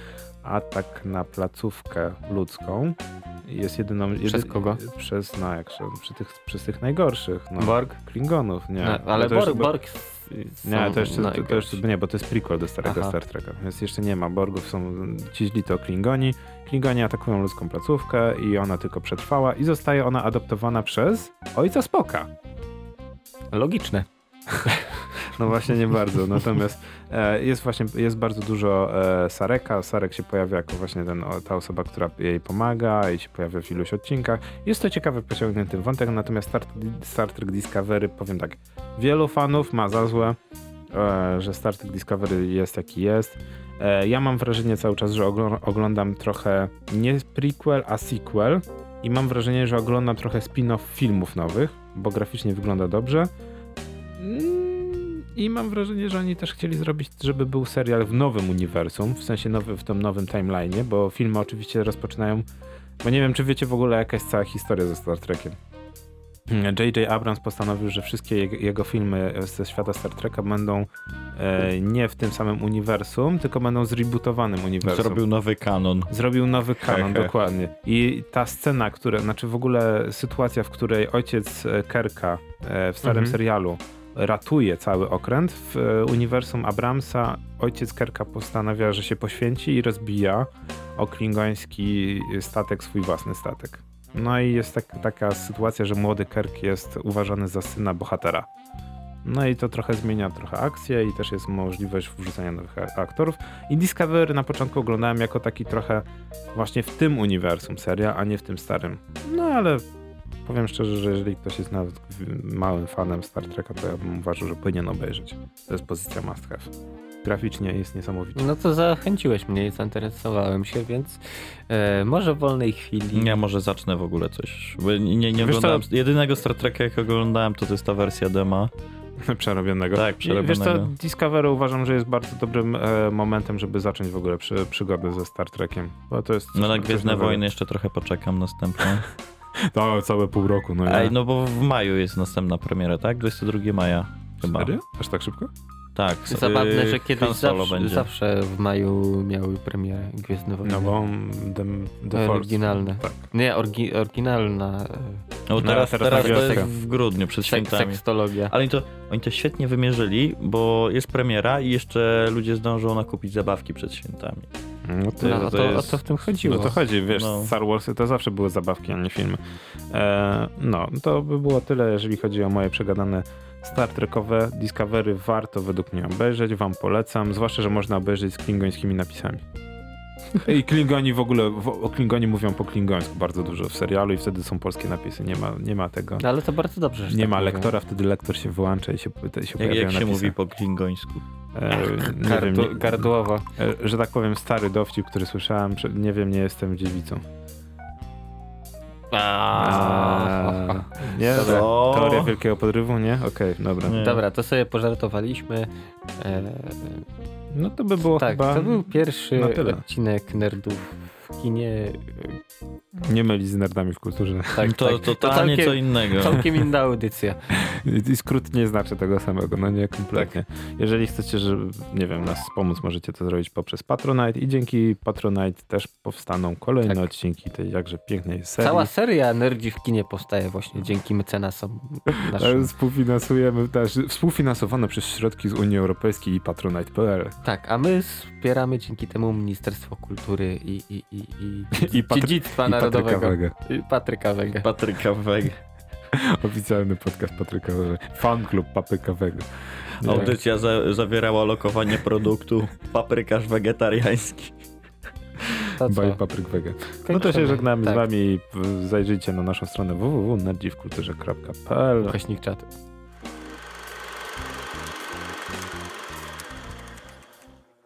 atak na placówkę ludzką. Jest jedyną... Przez jedy- kogo? Przez, no jak się, przy tych, przez tych najgorszych. No, Borg? Klingonów, nie. No, ale to już Borg, chyba- Borg Nie, to jeszcze, to, to najgorsi. jeszcze, nie, bo to jest prequel do starego Aha. Star Treka, więc jeszcze nie ma Borgów, są ci źli to Klingoni. Klingoni atakują ludzką placówkę i ona tylko przetrwała i zostaje ona adoptowana przez ojca Spocka. Logiczne. No właśnie nie bardzo, natomiast e, jest właśnie, jest bardzo dużo e, Sareka. Sarek się pojawia jako właśnie ten, o, ta osoba, która jej pomaga i się pojawia w iluś odcinkach. Jest to ciekawy, pociągnięty wątek, natomiast Star, Star Trek Discovery, powiem tak, wielu fanów ma za złe, e, że Star Trek Discovery jest jaki jest. E, ja mam wrażenie cały czas, że ogl- oglądam trochę nie prequel, a sequel i mam wrażenie, że oglądam trochę spin-off filmów nowych, bo graficznie wygląda dobrze. Mm, I mam wrażenie, że oni też chcieli zrobić, żeby był serial w nowym uniwersum, w sensie nowy, w tym nowym timeline'ie, bo filmy oczywiście rozpoczynają, bo nie wiem, czy wiecie w ogóle jaka jest cała historia ze Star Trekiem. J J Abrams postanowił, że wszystkie jego, jego filmy ze świata Star Treka będą e, nie w tym samym uniwersum, tylko będą zrebootowanym uniwersum. Zrobił nowy kanon. Zrobił nowy kanon, He, he. dokładnie. I ta scena, która, znaczy w ogóle sytuacja, w której ojciec e, Kirka e, w starym Mhm. serialu ratuje cały okręt, w e, uniwersum Abramsa ojciec Kirka postanawia, że się poświęci i rozbija o klingoński statek, swój własny statek. No i jest tak, taka sytuacja, że młody Kirk jest uważany za syna bohatera. No i to trochę zmienia trochę akcję i też jest możliwość wrzucania nowych a- aktorów. I Discovery na początku oglądałem jako taki trochę właśnie w tym uniwersum serial, a nie w tym starym. No ale powiem szczerze, że jeżeli ktoś jest nawet małym fanem Star Treka, to ja bym uważał, że powinien obejrzeć. To jest pozycja must have. Graficznie jest niesamowicie. No to zachęciłeś mnie i zainteresowałem się, więc e, może w wolnej chwili... Ja może zacznę w ogóle coś, bo nie, nie, nie Wiesz oglądałem, co? jedynego Star Treka jak oglądałem to to jest ta wersja dema. Przerobionego. Tak, przerobionego. Wiesz co, Discovery uważam, że jest bardzo dobrym e, momentem, żeby zacząć w ogóle przy, przygodę ze Star Trekiem. Bo to jest No na coś Gwiezdne nowego. Wojny jeszcze trochę poczekam następną. To całe pół roku, no Ej, ja. no bo w maju jest następna premiera, tak? dwudziestego drugiego maja chyba. Serio? Aż tak szybko? Tak. Zabawne, y, że kiedyś Han Solo zawsze, będzie. zawsze w maju miały premierę Gwiezdne Wojny. No bo The, the Force. Oryginalne. Tak. Nie, orgi, oryginalna e, No No, teraz, teraz teraz, na to jest wioskę. w grudniu, przed sek, świętami. sekstologia. Ale oni to, oni to świetnie wymierzyli, bo jest premiera i jeszcze ludzie zdążą nakupić zabawki przed świętami. No to, No, to o, to, jest- o to w tym chodziło. no to chodzi, wiesz, No. Star Warsy to zawsze były zabawki, a nie filmy. E, no, to by było tyle, jeżeli chodzi o moje przegadane Star Trekowe. Discovery warto według mnie obejrzeć, wam polecam, zwłaszcza, że można obejrzeć z klingońskimi napisami. I Klingoni w ogóle, w, o Klingoni mówią po klingońsku bardzo dużo w serialu i wtedy są polskie napisy, nie ma, nie ma tego. No, ale to bardzo dobrze, że Nie tak ma mówią. lektora, wtedy lektor się wyłącza i się, i się Jak, pojawiają jak się napisy. mówi po klingońsku? E, nie Gardło, wiem, nie, gardłowo. e, że tak powiem, stary dowcip, który słyszałem, że nie wiem, nie jestem dziewicą. A, Nie? Dobra. O! Teoria wielkiego podrywu, nie? Okej, dobra. Nie. Dobra, to sobie pożartowaliśmy. E, No to by było tak, chyba... to był pierwszy na tyle. odcinek Nerdów w kinie. Nie mylić z nerdami w kulturze. Tak, to tak. totalnie całkiem, co innego. Całkiem inna audycja. I, I skrót nie znaczy tego samego, no nie kompletnie. Jeżeli chcecie, żeby, nie wiem, nas pomóc, możecie to zrobić poprzez Patronite i dzięki Patronite też powstaną kolejne Tak. odcinki tej jakże pięknej serii. Cała seria Nerdzi w kinie powstaje właśnie dzięki mecenasom Ale naszym. Współfinansujemy też, współfinansowane przez środki z Unii Europejskiej i Patronite kropka p l. Tak, a my wspieramy dzięki temu Ministerstwo Kultury i, i, i, i, I Patry- Dziedzictwa i Patryka Narodowego. Wege. I Patryka Wege. Patryka Weg. Oficjalny podcast Patryka Wege. Fan klub Papryka Wege. Nie. Audycja za, zawierała lokowanie produktu paprykarz wegetariański. To co? By Papryk Wege. No to się Kończymy. żegnamy Tak. z wami. Zajrzyjcie na naszą stronę w w w kropka nerdziwkulturze kropka p l. Ukośnik czatu.